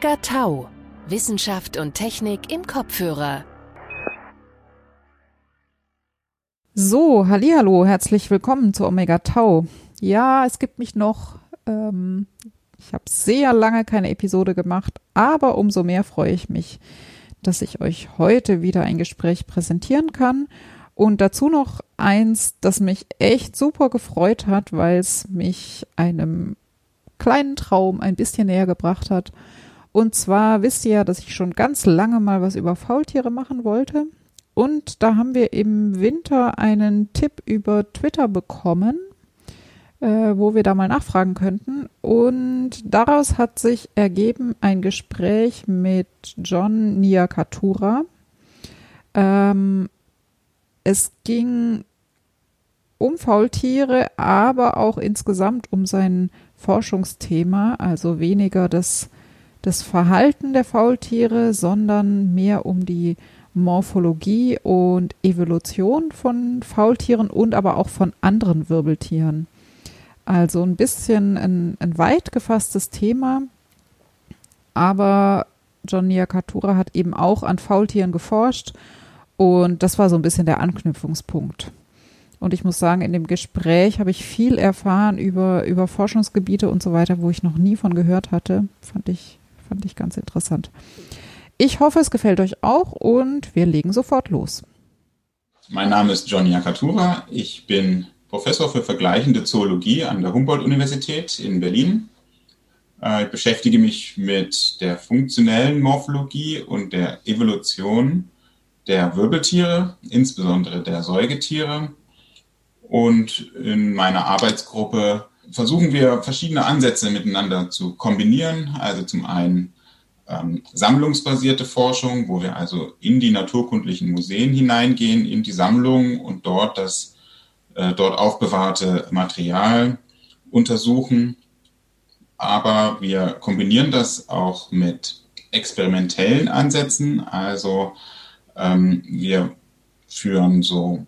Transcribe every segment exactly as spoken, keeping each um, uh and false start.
Omega Tau. Wissenschaft und Technik im Kopfhörer. So, hallihallo, herzlich willkommen zu Omega Tau. Ja, es gibt mich noch. Ähm, ich habe sehr lange keine Episode gemacht, aber umso mehr freue ich mich, dass ich euch heute wieder ein Gespräch präsentieren kann. Und dazu noch eins, das mich echt super gefreut hat, weil es mich einem kleinen Traum ein bisschen näher gebracht hat. Und zwar wisst ihr ja, dass ich schon ganz lange mal was über Faultiere machen wollte. Und da haben wir im Winter einen Tipp über Twitter bekommen, äh, wo wir da mal nachfragen könnten. Und daraus hat sich ergeben ein Gespräch mit John Nyakatura. Ähm, es ging um Faultiere, aber auch insgesamt um sein Forschungsthema, also weniger das, das Verhalten der Faultiere, sondern mehr um die Morphologie und Evolution von Faultieren und aber auch von anderen Wirbeltieren. Also ein bisschen ein, ein weit gefasstes Thema, aber John Nyakatura hat eben auch an Faultieren geforscht und das war so ein bisschen der Anknüpfungspunkt. Und ich muss sagen, in dem Gespräch habe ich viel erfahren über, über Forschungsgebiete und so weiter, wo ich noch nie von gehört hatte. Fand ich, fand ich ganz interessant. Ich hoffe, es gefällt euch auch und wir legen sofort los. Mein Name ist John Nyakatura. Ich bin Professor für vergleichende Zoologie an der Humboldt-Universität in Berlin. Ich beschäftige mich mit der funktionellen Morphologie und der Evolution der Wirbeltiere, insbesondere der Säugetiere. Und in meiner Arbeitsgruppe versuchen wir, verschiedene Ansätze miteinander zu kombinieren. Also zum einen ähm, sammlungsbasierte Forschung, wo wir also in die naturkundlichen Museen hineingehen, in die Sammlung und dort das äh, dort aufbewahrte Material untersuchen. Aber wir kombinieren das auch mit experimentellen Ansätzen. Also ähm, wir führen so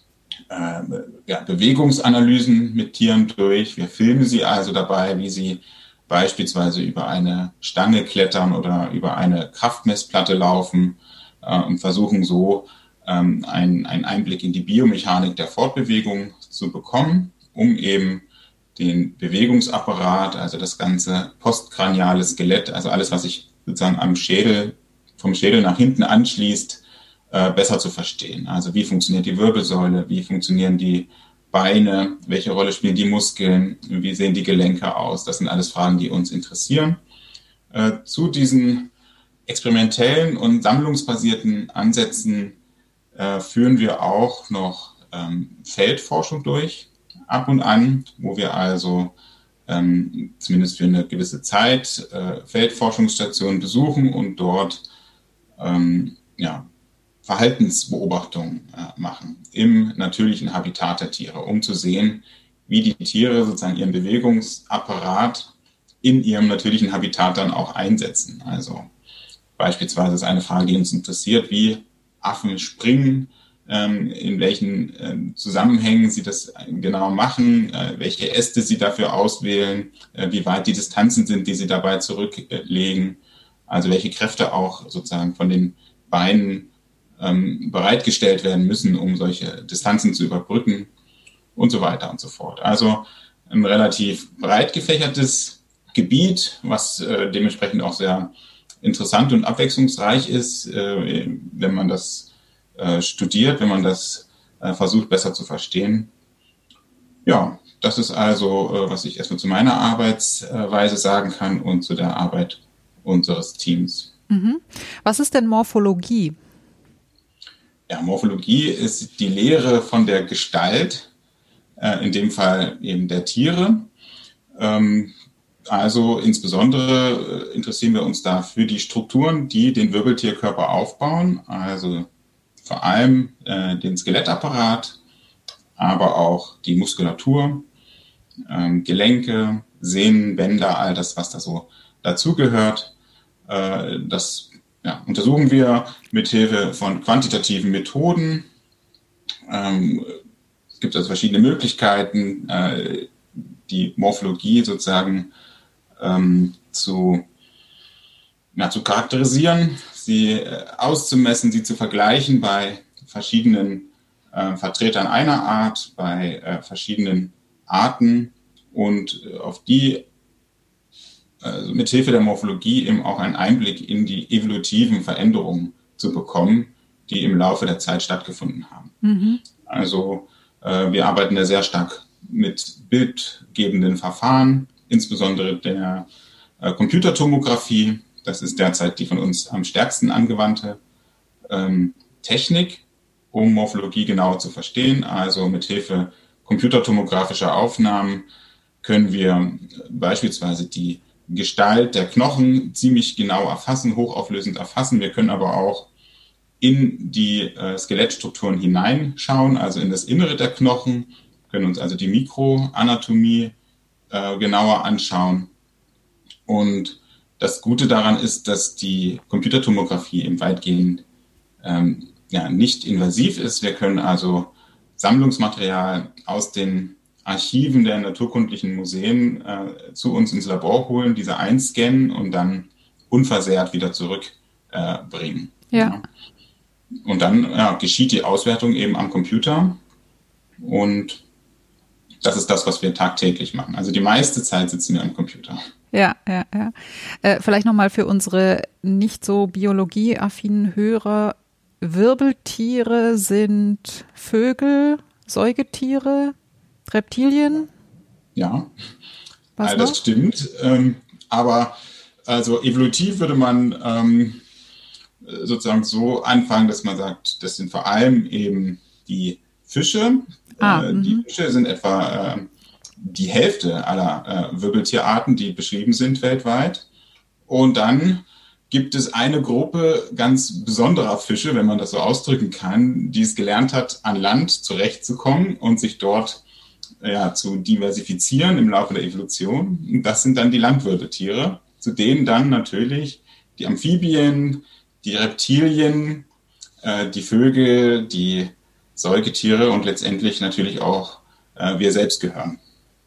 Äh, ja, Bewegungsanalysen mit Tieren durch. Wir filmen sie also dabei, wie sie beispielsweise über eine Stange klettern oder über eine Kraftmessplatte laufen äh, und versuchen so ähm, einen, einen Einblick in die Biomechanik der Fortbewegung zu bekommen, um eben den Bewegungsapparat, also das ganze postkraniale Skelett, also alles, was sich sozusagen am Schädel, vom Schädel nach hinten anschließt, besser zu verstehen. Also wie funktioniert die Wirbelsäule, wie funktionieren die Beine, welche Rolle spielen die Muskeln, wie sehen die Gelenke aus. Das sind alles Fragen, die uns interessieren. Äh, zu diesen experimentellen und sammlungsbasierten Ansätzen äh, führen wir auch noch ähm, Feldforschung durch, ab und an, wo wir also ähm, zumindest für eine gewisse Zeit äh, Feldforschungsstationen besuchen und dort ähm, ja, Verhaltensbeobachtungen äh, machen im natürlichen Habitat der Tiere, um zu sehen, wie die Tiere sozusagen ihren Bewegungsapparat in ihrem natürlichen Habitat dann auch einsetzen. Also beispielsweise ist eine Frage, die uns interessiert, wie Affen springen, ähm, in welchen äh, Zusammenhängen sie das genau machen, äh, welche Äste sie dafür auswählen, äh, wie weit die Distanzen sind, die sie dabei zurücklegen, also welche Kräfte auch sozusagen von den Beinen bereitgestellt werden müssen, um solche Distanzen zu überbrücken und so weiter und so fort. Also ein relativ breit gefächertes Gebiet, was äh, dementsprechend auch sehr interessant und abwechslungsreich ist, äh, wenn man das äh, studiert, wenn man das äh, versucht besser zu verstehen. Ja, das ist also, äh, was ich erstmal zu meiner Arbeitsweise sagen kann und zu der Arbeit unseres Teams. Mhm. Was ist denn Morphologie? Ja, Morphologie ist die Lehre von der Gestalt, äh, in dem Fall eben der Tiere. Ähm, also insbesondere äh, interessieren wir uns da für die Strukturen, die den Wirbeltierkörper aufbauen, also vor allem äh, den Skelettapparat, aber auch die Muskulatur, äh, Gelenke, Sehnen, Bänder, all das, was da so dazugehört. Äh, das Ja, untersuchen wir mithilfe von quantitativen Methoden. Ähm, es gibt also verschiedene Möglichkeiten, äh, die Morphologie sozusagen ähm, zu ja, zu charakterisieren, sie äh, auszumessen, sie zu vergleichen bei verschiedenen äh, Vertretern einer Art, bei äh, verschiedenen Arten und äh, auf die äh, mithilfe der Morphologie eben auch einen Einblick in die evolutiven Veränderungen zu bekommen, die im Laufe der Zeit stattgefunden haben. Mhm. Also äh, wir arbeiten da sehr stark mit bildgebenden Verfahren, insbesondere der äh, Computertomographie. Das ist derzeit die von uns am stärksten angewandte ähm, Technik, um Morphologie genauer zu verstehen. Also mit Hilfe computertomographischer Aufnahmen können wir beispielsweise die Gestalt der Knochen ziemlich genau erfassen, hochauflösend erfassen. Wir können aber auch in die äh, Skelettstrukturen hineinschauen, also in das Innere der Knochen, können uns also die Mikroanatomie äh, genauer anschauen. Und das Gute daran ist, dass die Computertomographie im weitgehend ähm, ja, nicht invasiv ist. Wir können also Sammlungsmaterial aus den Archiven der naturkundlichen Museen äh, zu uns ins Labor holen, diese einscannen und dann unversehrt wieder zurückbringen. Äh, ja. ja. Und dann ja, geschieht die Auswertung eben am Computer und das ist das, was wir tagtäglich machen. Also die meiste Zeit sitzen wir am Computer. Ja, ja, ja. Äh, vielleicht nochmal für unsere nicht so biologieaffinen Hörer. Wirbeltiere sind Vögel, Säugetiere, Reptilien? Ja, was all das noch? Stimmt. Ähm, aber also evolutiv würde man ähm, sozusagen so anfangen, dass man sagt, das sind vor allem eben die Fische. Ah, äh, die Fische sind etwa äh, die Hälfte aller äh, Wirbeltierarten, die beschrieben sind weltweit. Und dann gibt es eine Gruppe ganz besonderer Fische, wenn man das so ausdrücken kann, die es gelernt hat, an Land zurechtzukommen und sich dort ja, zu diversifizieren im Laufe der Evolution. Und das sind dann die Landwirbeltiere, zu denen dann natürlich die Amphibien, die Reptilien, äh, die Vögel, die Säugetiere und letztendlich natürlich auch äh, wir selbst gehören.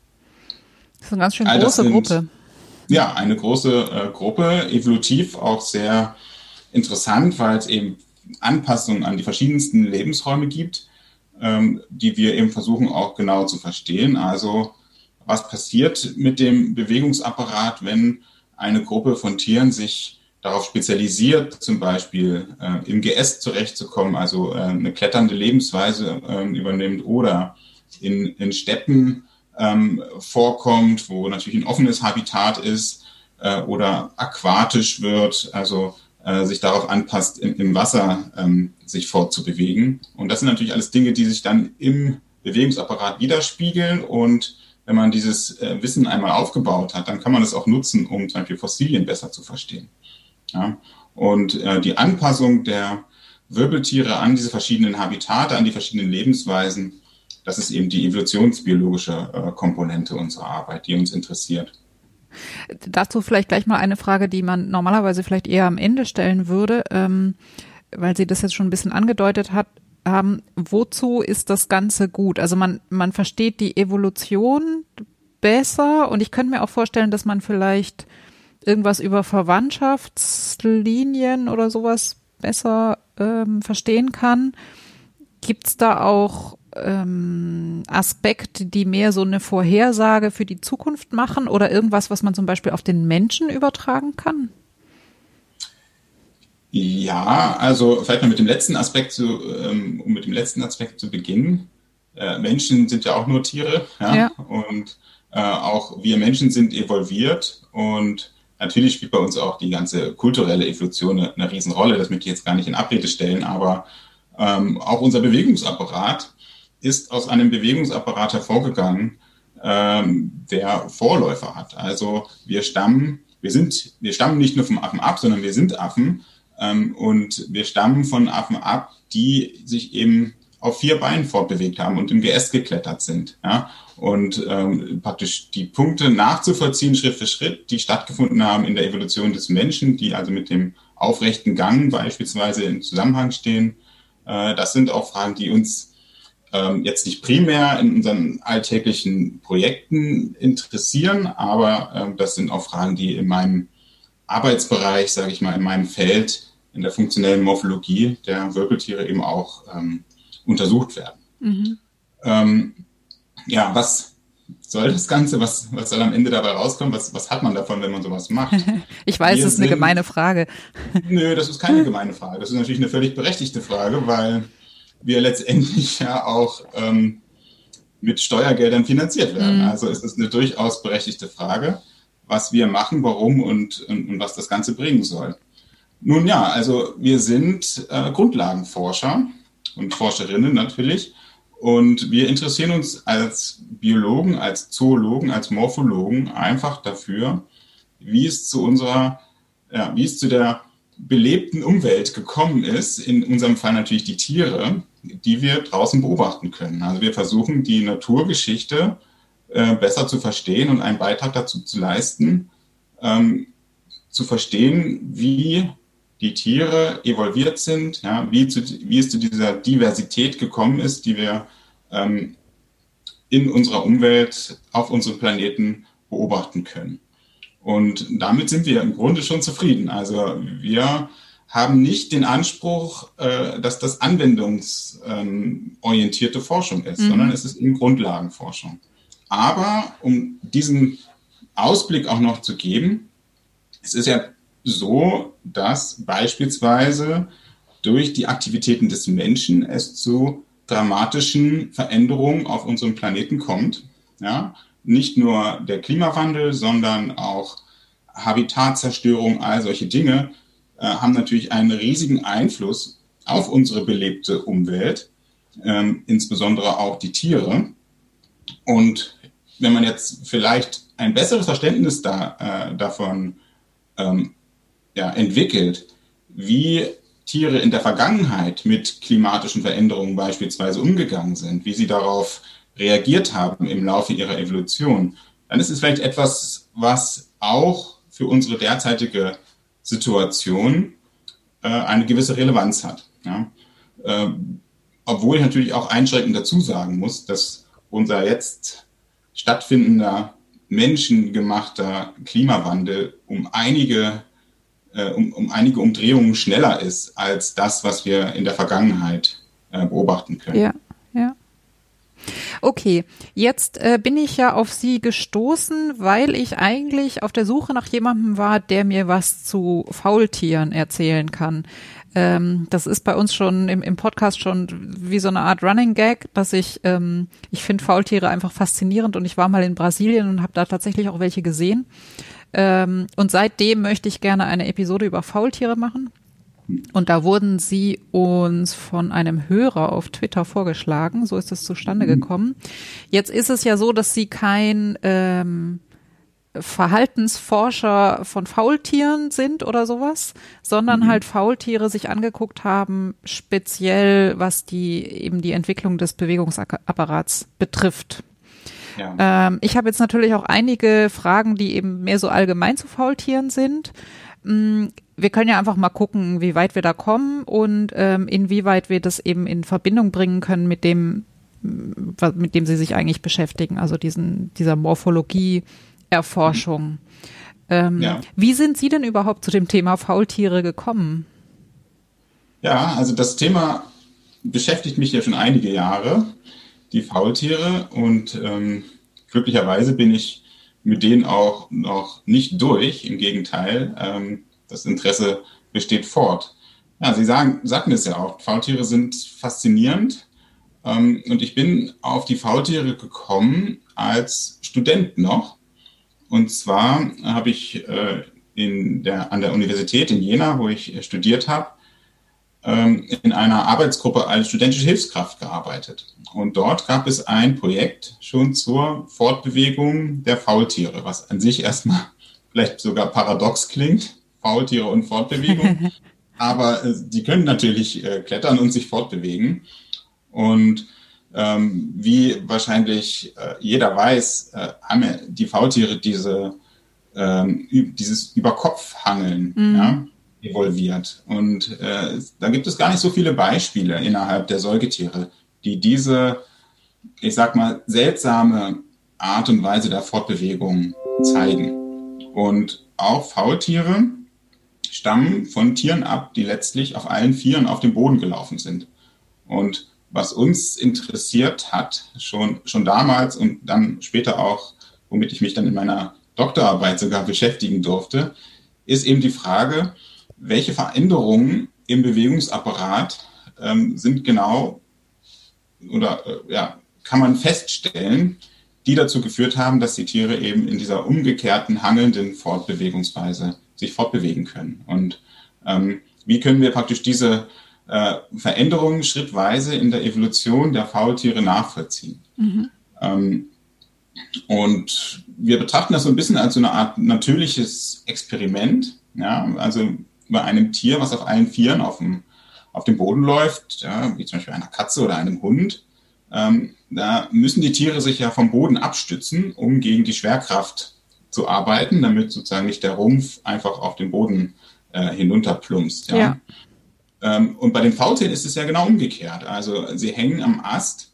Das ist eine ganz schön große sind, Gruppe. Ja, eine große äh, Gruppe, evolutiv auch sehr interessant, weil es eben Anpassungen an die verschiedensten Lebensräume gibt, ähm, die wir eben versuchen auch genau zu verstehen. Also was passiert mit dem Bewegungsapparat, wenn eine Gruppe von Tieren sich darauf spezialisiert, zum Beispiel äh, im Geäst zurechtzukommen, also äh, eine kletternde Lebensweise äh, übernimmt oder in, in Steppen ähm, vorkommt, wo natürlich ein offenes Habitat ist äh, oder aquatisch wird, also äh, sich darauf anpasst, im, im Wasser ähm, sich fortzubewegen. Und das sind natürlich alles Dinge, die sich dann im Bewegungsapparat widerspiegeln. Und wenn man dieses äh, Wissen einmal aufgebaut hat, dann kann man es auch nutzen, um zum Beispiel Fossilien besser zu verstehen. Ja? Und äh, die Anpassung der Wirbeltiere an diese verschiedenen Habitate, an die verschiedenen Lebensweisen, das ist eben die evolutionsbiologische äh, Komponente unserer Arbeit, die uns interessiert. Dazu vielleicht gleich mal eine Frage, die man normalerweise vielleicht eher am Ende stellen würde, ähm, weil Sie das jetzt schon ein bisschen angedeutet hat. Ähm, wozu ist das Ganze gut? Also man, man versteht die Evolution besser und ich könnte mir auch vorstellen, dass man vielleicht irgendwas über Verwandtschaftslinien oder sowas besser ähm, verstehen kann. Gibt es da auch ähm, Aspekte, die mehr so eine Vorhersage für die Zukunft machen oder irgendwas, was man zum Beispiel auf den Menschen übertragen kann? Ja, also vielleicht mal mit dem letzten Aspekt zu, um mit dem letzten Aspekt zu beginnen. Äh, Menschen sind ja auch nur Tiere, ja, ja. und äh, auch wir Menschen sind evolviert und natürlich spielt bei uns auch die ganze kulturelle Evolution eine, eine Riesenrolle. Das möchte ich jetzt gar nicht in Abrede stellen, aber ähm, auch unser Bewegungsapparat ist aus einem Bewegungsapparat hervorgegangen, ähm, der Vorläufer hat. Also wir stammen, wir sind, wir stammen nicht nur vom Affen ab, sondern wir sind Affen. Ähm, und wir stammen von Affen ab, die sich eben auf vier Beinen fortbewegt haben und im Geäst geklettert sind. Ja? Und ähm, praktisch die Punkte nachzuvollziehen, Schritt für Schritt, die stattgefunden haben in der Evolution des Menschen, die also mit dem aufrechten Gang beispielsweise im Zusammenhang stehen. Äh, das sind auch Fragen, die uns ähm, jetzt nicht primär in unseren alltäglichen Projekten interessieren, aber äh, das sind auch Fragen, die in meinem Arbeitsbereich, sage ich mal, in meinem Feld, in der funktionellen Morphologie der Wirbeltiere eben auch ähm, untersucht werden. Mhm. Ähm, ja, was soll das Ganze? Was, was soll am Ende dabei rauskommen? Was, was hat man davon, wenn man sowas macht? Ich weiß, es ist eine gemeine Frage. Nö, das ist keine gemeine Frage. Das ist natürlich eine völlig berechtigte Frage, weil wir letztendlich ja auch ähm, mit Steuergeldern finanziert werden. Mhm. Also es ist eine durchaus berechtigte Frage, was wir machen, warum und, und, und was das Ganze bringen soll. Nun ja, also wir sind äh, Grundlagenforscher und Forscherinnen natürlich und wir interessieren uns als Biologen, als Zoologen, als Morphologen einfach dafür, wie es zu unserer, ja, wie es zu der belebten Umwelt gekommen ist, in unserem Fall natürlich die Tiere, die wir draußen beobachten können. Also wir versuchen, die Naturgeschichte äh, besser zu verstehen und einen Beitrag dazu zu leisten, ähm, zu verstehen, wie die Tiere evolviert sind, ja, wie, zu, wie es zu dieser Diversität gekommen ist, die wir ähm, in unserer Umwelt auf unserem Planeten beobachten können. Und damit sind wir im Grunde schon zufrieden. Also wir haben nicht den Anspruch, äh, dass das anwendungsorientierte ähm, Forschung ist, mhm. sondern es ist eben Grundlagenforschung. Aber um diesen Ausblick auch noch zu geben, es ist ja so, dass beispielsweise durch die Aktivitäten des Menschen es zu dramatischen Veränderungen auf unserem Planeten kommt. Ja? Nicht nur der Klimawandel, sondern auch Habitatzerstörung, all solche Dinge äh, haben natürlich einen riesigen Einfluss auf unsere belebte Umwelt, ähm, insbesondere auch die Tiere. Und wenn man jetzt vielleicht ein besseres Verständnis da, äh, davon ähm, ja, entwickelt, wie Tiere in der Vergangenheit mit klimatischen Veränderungen beispielsweise umgegangen sind, wie sie darauf reagiert haben im Laufe ihrer Evolution, dann ist es vielleicht etwas, was auch für unsere derzeitige Situation äh, eine gewisse Relevanz hat. Ja? Ähm, obwohl ich natürlich auch einschränkend dazu sagen muss, dass unser jetzt stattfindender menschengemachter Klimawandel um einige, äh, um, um einige Umdrehungen schneller ist als das, was wir in der Vergangenheit äh, beobachten können. Ja, ja. Okay, jetzt äh, bin ich ja auf Sie gestoßen, weil ich eigentlich auf der Suche nach jemandem war, der mir was zu Faultieren erzählen kann. Ähm, das ist bei uns schon im, im Podcast schon wie so eine Art Running Gag, dass ich, ähm, ich finde Faultiere einfach faszinierend und ich war mal in Brasilien und habe da tatsächlich auch welche gesehen. Ähm, und seitdem möchte ich gerne eine Episode über Faultiere machen. Und da wurden sie uns von einem Hörer auf Twitter vorgeschlagen. So ist es zustande gekommen. Jetzt ist es ja so, dass sie kein ähm, Verhaltensforscher von Faultieren sind oder sowas, sondern mhm. halt Faultiere sich angeguckt haben, speziell was die eben die Entwicklung des Bewegungsapparats betrifft. Ja. Ähm, ich habe jetzt natürlich auch einige Fragen, die eben mehr so allgemein zu Faultieren sind. Wir können ja einfach mal gucken, wie weit wir da kommen und ähm, inwieweit wir das eben in Verbindung bringen können mit dem, mit dem Sie sich eigentlich beschäftigen, also diesen dieser Morphologie-Erforschung. Ähm, ja. Wie sind Sie denn überhaupt zu dem Thema Faultiere gekommen? Ja, also das Thema beschäftigt mich ja schon einige Jahre, die Faultiere, und ähm, glücklicherweise bin ich mit denen auch noch nicht durch. Im Gegenteil, ähm, das Interesse besteht fort. Ja, Sie sagen, sagten es ja auch, Faultiere sind faszinierend. Ähm, und ich bin auf die Faultiere gekommen als Student noch. Und zwar habe ich äh, in der, an der Universität in Jena, wo ich äh, studiert habe, ähm, in einer Arbeitsgruppe als studentische Hilfskraft gearbeitet. Und dort gab es ein Projekt schon zur Fortbewegung der Faultiere, was an sich erstmal vielleicht sogar paradox klingt, Faultiere und Fortbewegung. Aber äh, die können natürlich äh, klettern und sich fortbewegen. Und ähm, wie wahrscheinlich äh, jeder weiß, äh, haben ja die Faultiere diese, ähm, dieses Überkopfhangeln, mhm. ja, evolviert. Und äh, da gibt es gar nicht so viele Beispiele innerhalb der Säugetiere, die diese, ich sag mal, seltsame Art und Weise der Fortbewegung zeigen. Und auch Faultiere stammen von Tieren ab, die letztlich auf allen Vieren auf dem Boden gelaufen sind. Und was uns interessiert hat, schon, schon damals und dann später auch, womit ich mich dann in meiner Doktorarbeit sogar beschäftigen durfte, ist eben die Frage, welche Veränderungen im Bewegungsapparat ähm, sind genau oder äh, ja, kann man feststellen, die dazu geführt haben, dass die Tiere eben in dieser umgekehrten, hangelnden Fortbewegungsweise sich fortbewegen können. Und ähm, wie können wir praktisch diese äh, Veränderungen schrittweise in der Evolution der Faultiere nachvollziehen? Mhm. Ähm, und wir betrachten das so ein bisschen als so eine Art natürliches Experiment, ja, also bei einem Tier, was auf allen Vieren auf dem, auf dem Boden läuft, ja, wie zum Beispiel einer Katze oder einem Hund. Ähm, da müssen die Tiere sich ja vom Boden abstützen, um gegen die Schwerkraft zu arbeiten, damit sozusagen nicht der Rumpf einfach auf den Boden äh, hinunterplumpst. Ja. Ja. Ähm, und bei den Faultieren ist es ja genau umgekehrt. Also sie hängen am Ast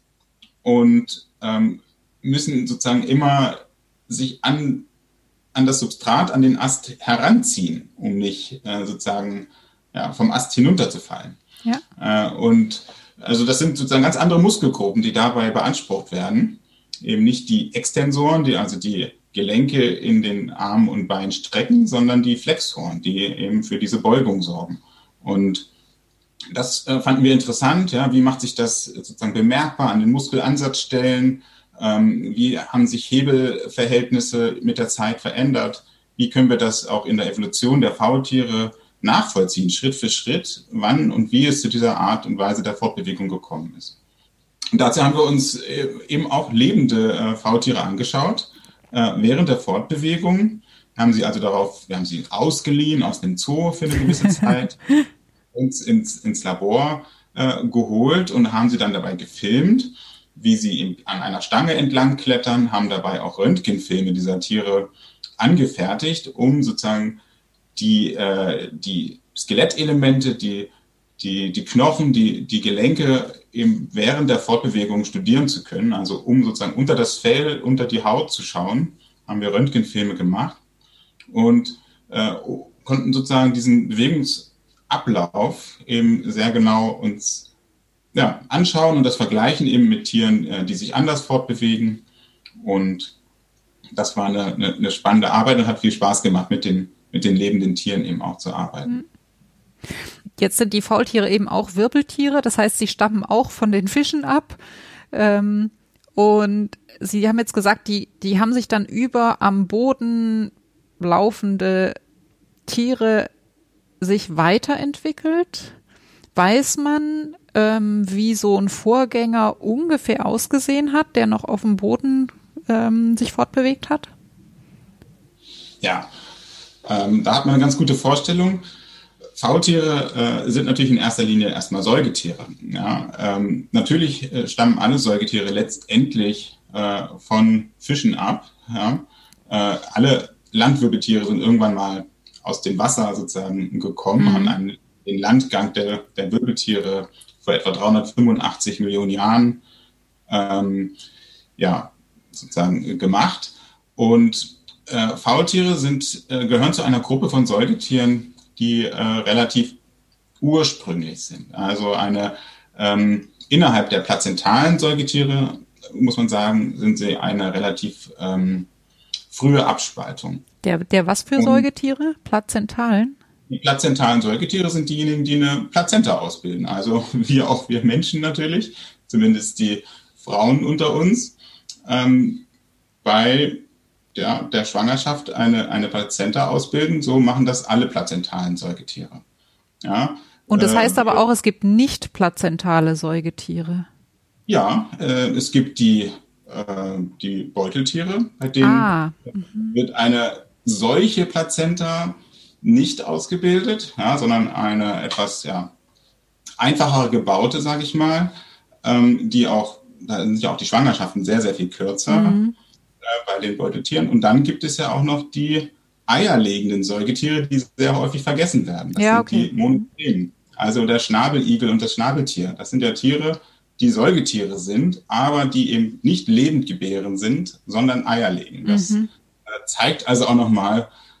und ähm, müssen sozusagen immer sich an, an das Substrat, an den Ast heranziehen, um nicht äh, sozusagen ja, vom Ast hinunterzufallen. Ja. Äh, und also das sind sozusagen ganz andere Muskelgruppen, die dabei beansprucht werden. Eben nicht die Extensoren, die also die Gelenke in den Armen und Beinen strecken, sondern die Flexoren, die eben für diese Beugung sorgen. Und das äh, fanden wir interessant. Ja, wie macht sich das sozusagen bemerkbar an den Muskelansatzstellen? Ähm, wie haben sich Hebelverhältnisse mit der Zeit verändert? Wie können wir das auch in der Evolution der Faultiere nachvollziehen, Schritt für Schritt, wann und wie es zu dieser Art und Weise der Fortbewegung gekommen ist? Und dazu haben wir uns eben auch lebende äh, Faultiere angeschaut. Äh, während der Fortbewegung haben sie also darauf, wir haben sie ausgeliehen aus dem Zoo für eine gewisse Zeit, uns ins, ins Labor äh, geholt und haben sie dann dabei gefilmt, wie sie in, an einer Stange entlang klettern, haben dabei auch Röntgenfilme dieser Tiere angefertigt, um sozusagen die, äh, die Skelettelemente, die, die, die Knochen, die, die Gelenke eben während der Fortbewegung studieren zu können. Also um sozusagen unter das Fell, unter die Haut zu schauen, haben wir Röntgenfilme gemacht und äh, konnten sozusagen diesen Bewegungsablauf eben sehr genau uns ja, anschauen und das vergleichen eben mit Tieren, äh, die sich anders fortbewegen. Und das war eine, eine, eine spannende Arbeit und hat viel Spaß gemacht, mit den, mit den lebenden Tieren eben auch zu arbeiten. Jetzt sind die Faultiere eben auch Wirbeltiere, das heißt, sie stammen auch von den Fischen ab. Ähm, und Sie haben jetzt gesagt, die, die haben sich dann über am Boden laufende Tiere sich weiterentwickelt. Weiß man, ähm, wie so ein Vorgänger ungefähr ausgesehen hat, der noch auf dem Boden ähm, sich fortbewegt hat? Ja, ähm, da hat man eine ganz gute Vorstellung. Faultiere äh, sind natürlich in erster Linie erstmal Säugetiere. Ja, ähm, natürlich äh, stammen alle Säugetiere letztendlich äh, von Fischen ab. Ja. Äh, alle Landwirbeltiere sind irgendwann mal aus dem Wasser sozusagen gekommen, mhm. haben einen, den Landgang der, der Wirbeltiere vor etwa dreihundertfünfundachtzig Millionen Jahren ähm, ja, sozusagen gemacht. Und äh, Faultiere sind, äh, gehören zu einer Gruppe von Säugetieren, die äh, relativ ursprünglich sind. Also eine ähm, innerhalb der plazentalen Säugetiere, muss man sagen, sind sie eine relativ ähm, frühe Abspaltung. Der, der was für Säugetiere? Plazentalen? Die plazentalen Säugetiere sind diejenigen, die eine Plazenta ausbilden. Also wir auch, wir Menschen natürlich, zumindest die Frauen unter uns, ähm, bei ja, der Schwangerschaft eine, eine Plazenta ausbilden. So machen das alle plazentalen Säugetiere. Ja, und das heißt äh, aber auch, es gibt nicht plazentale Säugetiere. Ja, äh, es gibt die, äh, die Beuteltiere, bei denen ah, wird eine solche Plazenta nicht ausgebildet, ja, sondern eine etwas ja, einfacher gebaute, sage ich mal, ähm, die auch, da sind ja auch die Schwangerschaften sehr, sehr viel kürzer mhm. äh, bei den Beuteltieren. Und dann gibt es ja auch noch die eierlegenden Säugetiere, die sehr häufig vergessen werden. Das ja, sind okay. die Monotrem. Also der Schnabeligel und das Schnabeltier. Das sind ja Tiere, die Säugetiere sind, aber die eben nicht lebend gebären sind, sondern Eier legen. Das mhm. äh, zeigt also auch nochmal,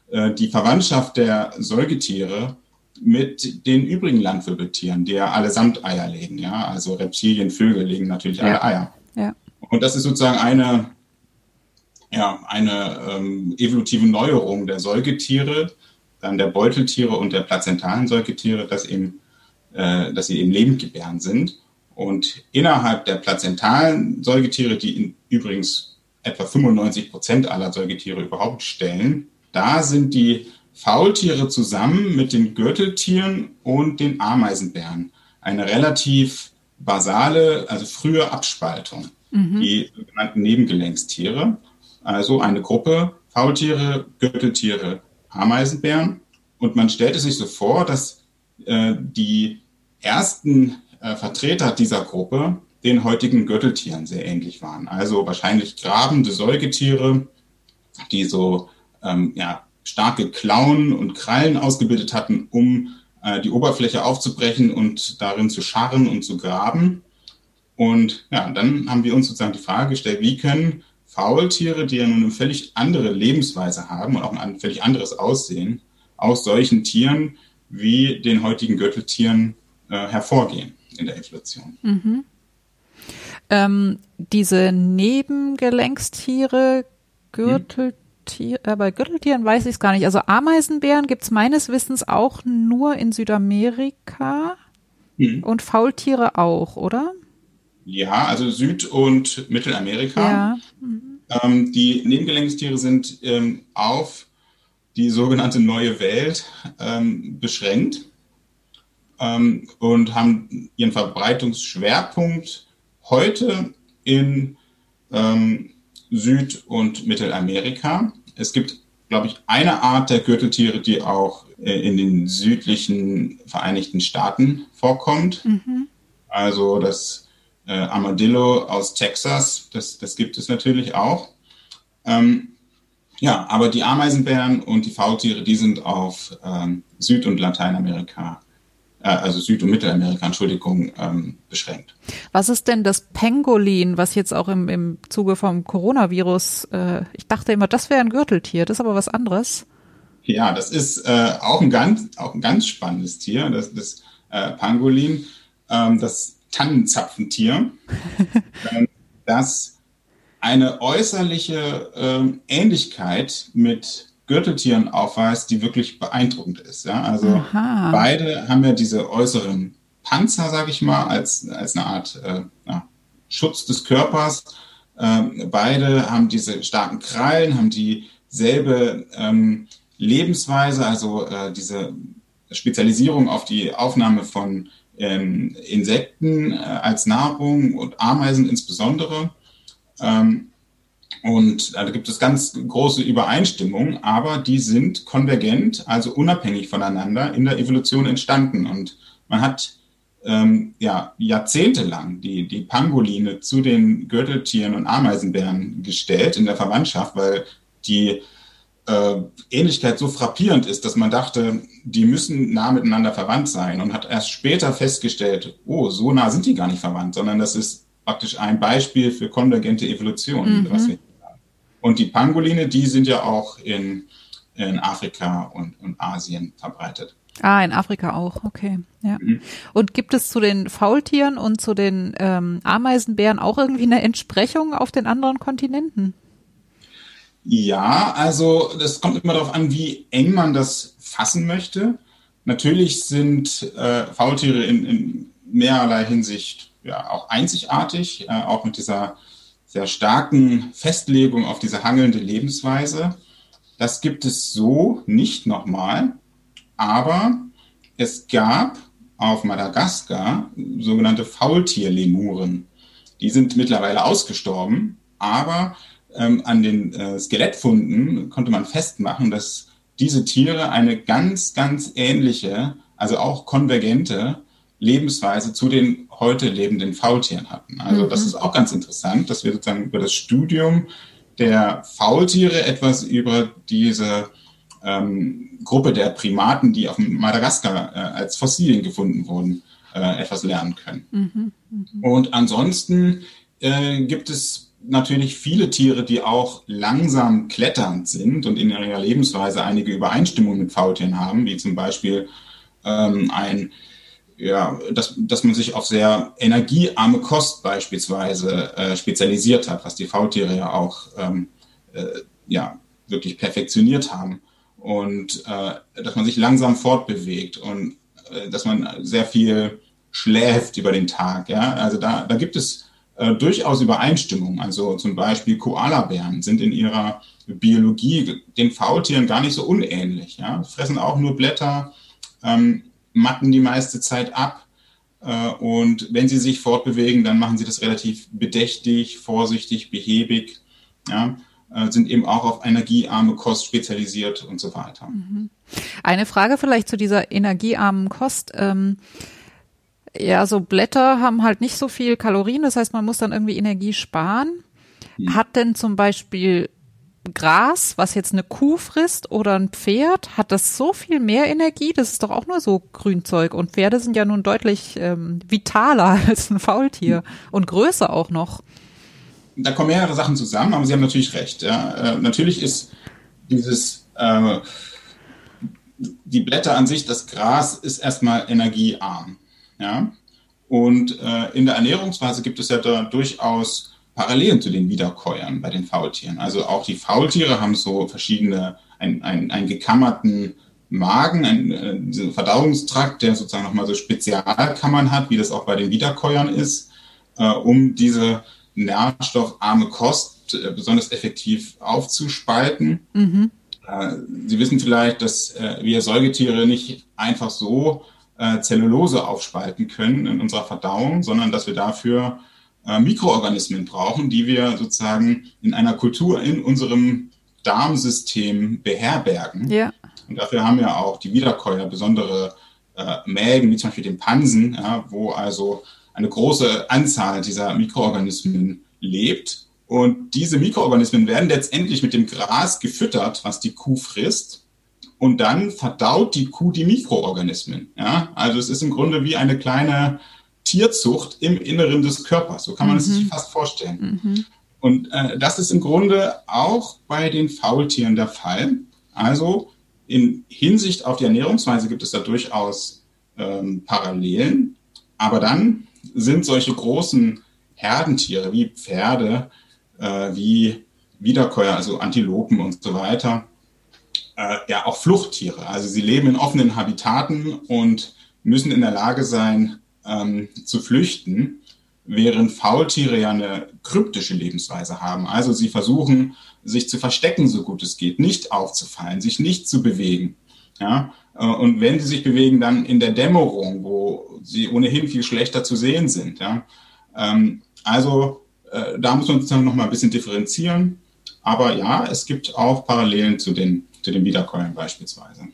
äh, die Verwandtschaft der Säugetiere mit den übrigen Landwirbeltieren, die ja allesamt Eier legen. Ja? Also Reptilien, Vögel legen natürlich alle Ja. Eier. Ja. Und das ist sozusagen eine, ja, eine ähm, evolutive Neuerung der Säugetiere, dann der Beuteltiere und der plazentalen Säugetiere, dass, eben, äh, dass sie eben lebend gebärend sind. Und innerhalb der plazentalen Säugetiere, die in, übrigens etwa fünfundneunzig Prozent aller Säugetiere überhaupt stellen, da sind die Faultiere zusammen mit den Gürteltieren und den Ameisenbären eine relativ basale, also frühe Abspaltung. Mhm. Die sogenannten Nebengelenkstiere, also eine Gruppe Faultiere, Gürteltiere, Ameisenbären. Und man stellte sich so vor, dass äh, die ersten äh, Vertreter dieser Gruppe den heutigen Gürteltieren sehr ähnlich waren. Also wahrscheinlich grabende Säugetiere, die so ähm, ja, starke Klauen und Krallen ausgebildet hatten, um äh, die Oberfläche aufzubrechen und darin zu scharren und zu graben. Und ja, dann haben wir uns sozusagen die Frage gestellt, wie können Faultiere, die ja nun eine völlig andere Lebensweise haben und auch ein völlig anderes Aussehen, aus solchen Tieren wie den heutigen Gürteltieren äh, hervorgehen in der Evolution. Mhm. Ähm, diese Nebengelenkstiere, Gürteltiere, Tier, äh, bei Gürteltieren weiß ich es gar nicht. Also Ameisenbären gibt es meines Wissens auch nur in Südamerika hm. und Faultiere auch, oder? Ja, also Süd- und Mittelamerika. Ja. Mhm. Ähm, die Nebengelenkstiere sind ähm, auf die sogenannte Neue Welt ähm, beschränkt ähm, und haben ihren Verbreitungsschwerpunkt heute in ähm, Süd- und Mittelamerika. Es gibt, glaube ich, eine Art der Gürteltiere, die auch äh, in den südlichen Vereinigten Staaten vorkommt. Mhm. Also das äh, Armadillo aus Texas, das, das gibt es natürlich auch. Ähm, ja, aber die Ameisenbären und die Faultiere, die sind auf ähm, Süd- und Lateinamerika, äh, also Süd- und Mittelamerika, Entschuldigung, ähm, beschränkt. Was ist denn das Pangolin, was jetzt auch im, im Zuge vom Coronavirus, äh, ich dachte immer, das wäre ein Gürteltier, das ist aber was anderes. Ja, das ist äh, auch, ein ganz, auch ein ganz spannendes Tier, das, das äh, Pangolin, ähm, das Tannenzapfentier, äh, das eine äußerliche äh, Ähnlichkeit mit Gürteltieren aufweist, die wirklich beeindruckend ist. Ja? Also Aha. beide haben ja diese äußeren Panzer, sage ich mal, als, als eine Art äh, ja, Schutz des Körpers. Ähm, beide haben diese starken Krallen, haben dieselbe ähm, Lebensweise, also äh, diese Spezialisierung auf die Aufnahme von ähm, Insekten äh, als Nahrung und Ameisen insbesondere. Ähm, und äh, da gibt es ganz große Übereinstimmungen, aber die sind konvergent, also unabhängig voneinander in der Evolution entstanden. Und man hat ähm, ja, jahrzehntelang die, die Pangoline zu den Gürteltieren und Ameisenbären gestellt in der Verwandtschaft, weil die äh, Ähnlichkeit so frappierend ist, dass man dachte, die müssen nah miteinander verwandt sein und hat erst später festgestellt, oh, so nah sind die gar nicht verwandt, sondern das ist praktisch ein Beispiel für konvergente Evolution. Mhm. Was wir haben. Und die Pangoline, die sind ja auch in, in Afrika und, und Asien verbreitet. Ah, in Afrika auch, okay. Ja. Mhm. Und gibt es zu den Faultieren und zu den ähm, Ameisenbären auch irgendwie eine Entsprechung auf den anderen Kontinenten? Ja, also das kommt immer darauf an, wie eng man das fassen möchte. Natürlich sind äh, Faultiere in, in mehrerlei Hinsicht ja auch einzigartig, äh, auch mit dieser sehr starken Festlegung auf diese hangelnde Lebensweise. Das gibt es so nicht nochmal, aber es gab auf Madagaskar sogenannte Faultierlemuren. Die sind mittlerweile ausgestorben, aber ähm, an den äh, Skelettfunden konnte man festmachen, dass diese Tiere eine ganz, ganz ähnliche, also auch konvergente Lebensweise zu den heute lebenden Faultieren hatten. Also mhm. das ist auch ganz interessant, dass wir sozusagen über das Studium der Faultiere etwas über diese ähm, Gruppe der Primaten, die auf Madagaskar äh, als Fossilien gefunden wurden, äh, etwas lernen können. Mhm. Mhm. Und ansonsten äh, gibt es natürlich viele Tiere, die auch langsam kletternd sind und in ihrer Lebensweise einige Übereinstimmungen mit Faultieren haben, wie zum Beispiel ähm, ein, ja, dass, dass man sich auf sehr energiearme Kost beispielsweise äh, spezialisiert hat, was die Faultiere ja auch ähm, äh, ja, wirklich perfektioniert haben. Und äh, dass man sich langsam fortbewegt und äh, dass man sehr viel schläft über den Tag. Ja? Also da, da gibt es äh, durchaus Übereinstimmung. Also zum Beispiel Koalabären sind in ihrer Biologie den Faultieren gar nicht so unähnlich. Ja? Fressen auch nur Blätter, ähm, matten die meiste Zeit ab. Äh, und wenn sie sich fortbewegen, dann machen sie das relativ bedächtig, vorsichtig, behäbig. Ja? Äh, sind eben auch auf energiearme Kost spezialisiert und so weiter. Eine Frage vielleicht zu dieser energiearmen Kost. Ähm Ja, so Blätter haben halt nicht so viel Kalorien, das heißt, man muss dann irgendwie Energie sparen. Hm. Hat denn zum Beispiel Gras, was jetzt eine Kuh frisst oder ein Pferd, hat das so viel mehr Energie? Das ist doch auch nur so Grünzeug. Und Pferde sind ja nun deutlich ähm, vitaler als ein Faultier hm. und größer auch noch. Da kommen mehrere Sachen zusammen, aber Sie haben natürlich recht. Ja. Äh, natürlich ist dieses äh, die Blätter an sich, das Gras ist erstmal energiearm. Ja, und äh, in der Ernährungsweise gibt es ja da durchaus Parallelen zu den Wiederkäuern bei den Faultieren. Also auch die Faultiere haben so verschiedene, ein, ein, einen gekammerten Magen, einen äh, Verdauungstrakt, der sozusagen nochmal so Spezialkammern hat, wie das auch bei den Wiederkäuern ist, äh, um diese nährstoffarme Kost äh, besonders effektiv aufzuspalten. Mhm. Äh, Sie wissen vielleicht, dass äh, wir Säugetiere nicht einfach so Zellulose aufspalten können in unserer Verdauung, sondern dass wir dafür äh, Mikroorganismen brauchen, die wir sozusagen in einer Kultur in unserem Darmsystem beherbergen. Ja. Und dafür haben ja auch die Wiederkäuer besondere äh, Mägen, wie zum Beispiel den Pansen, ja, wo also eine große Anzahl dieser Mikroorganismen lebt. Und diese Mikroorganismen werden letztendlich mit dem Gras gefüttert, was die Kuh frisst. Und dann verdaut die Kuh die Mikroorganismen. Ja? Also es ist im Grunde wie eine kleine Tierzucht im Inneren des Körpers. So kann man mhm. es sich fast vorstellen. Mhm. Und äh, das ist im Grunde auch bei den Faultieren der Fall. Also in Hinsicht auf die Ernährungsweise gibt es da durchaus ähm, Parallelen. Aber dann sind solche großen Herdentiere wie Pferde, äh, wie Wiederkäuer, also Antilopen und so weiter, ja auch Fluchttiere. Also sie leben in offenen Habitaten und müssen in der Lage sein, ähm, zu flüchten, während Faultiere ja eine kryptische Lebensweise haben. Also sie versuchen, sich zu verstecken, so gut es geht, nicht aufzufallen, sich nicht zu bewegen. Ja? Und wenn sie sich bewegen, dann in der Dämmerung, wo sie ohnehin viel schlechter zu sehen sind. Ja? Ähm, also äh, da muss man sozusagen noch mal ein bisschen differenzieren. Aber ja, es gibt auch Parallelen zu den zu den Wiederkäuern beispielsweise.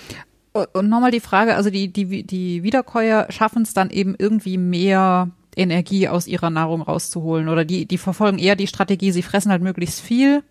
Und nochmal die Frage, also die, die, die Wiederkäuer schaffen es dann eben irgendwie mehr Energie aus ihrer Nahrung rauszuholen oder die, die verfolgen eher die Strategie, sie fressen halt möglichst viel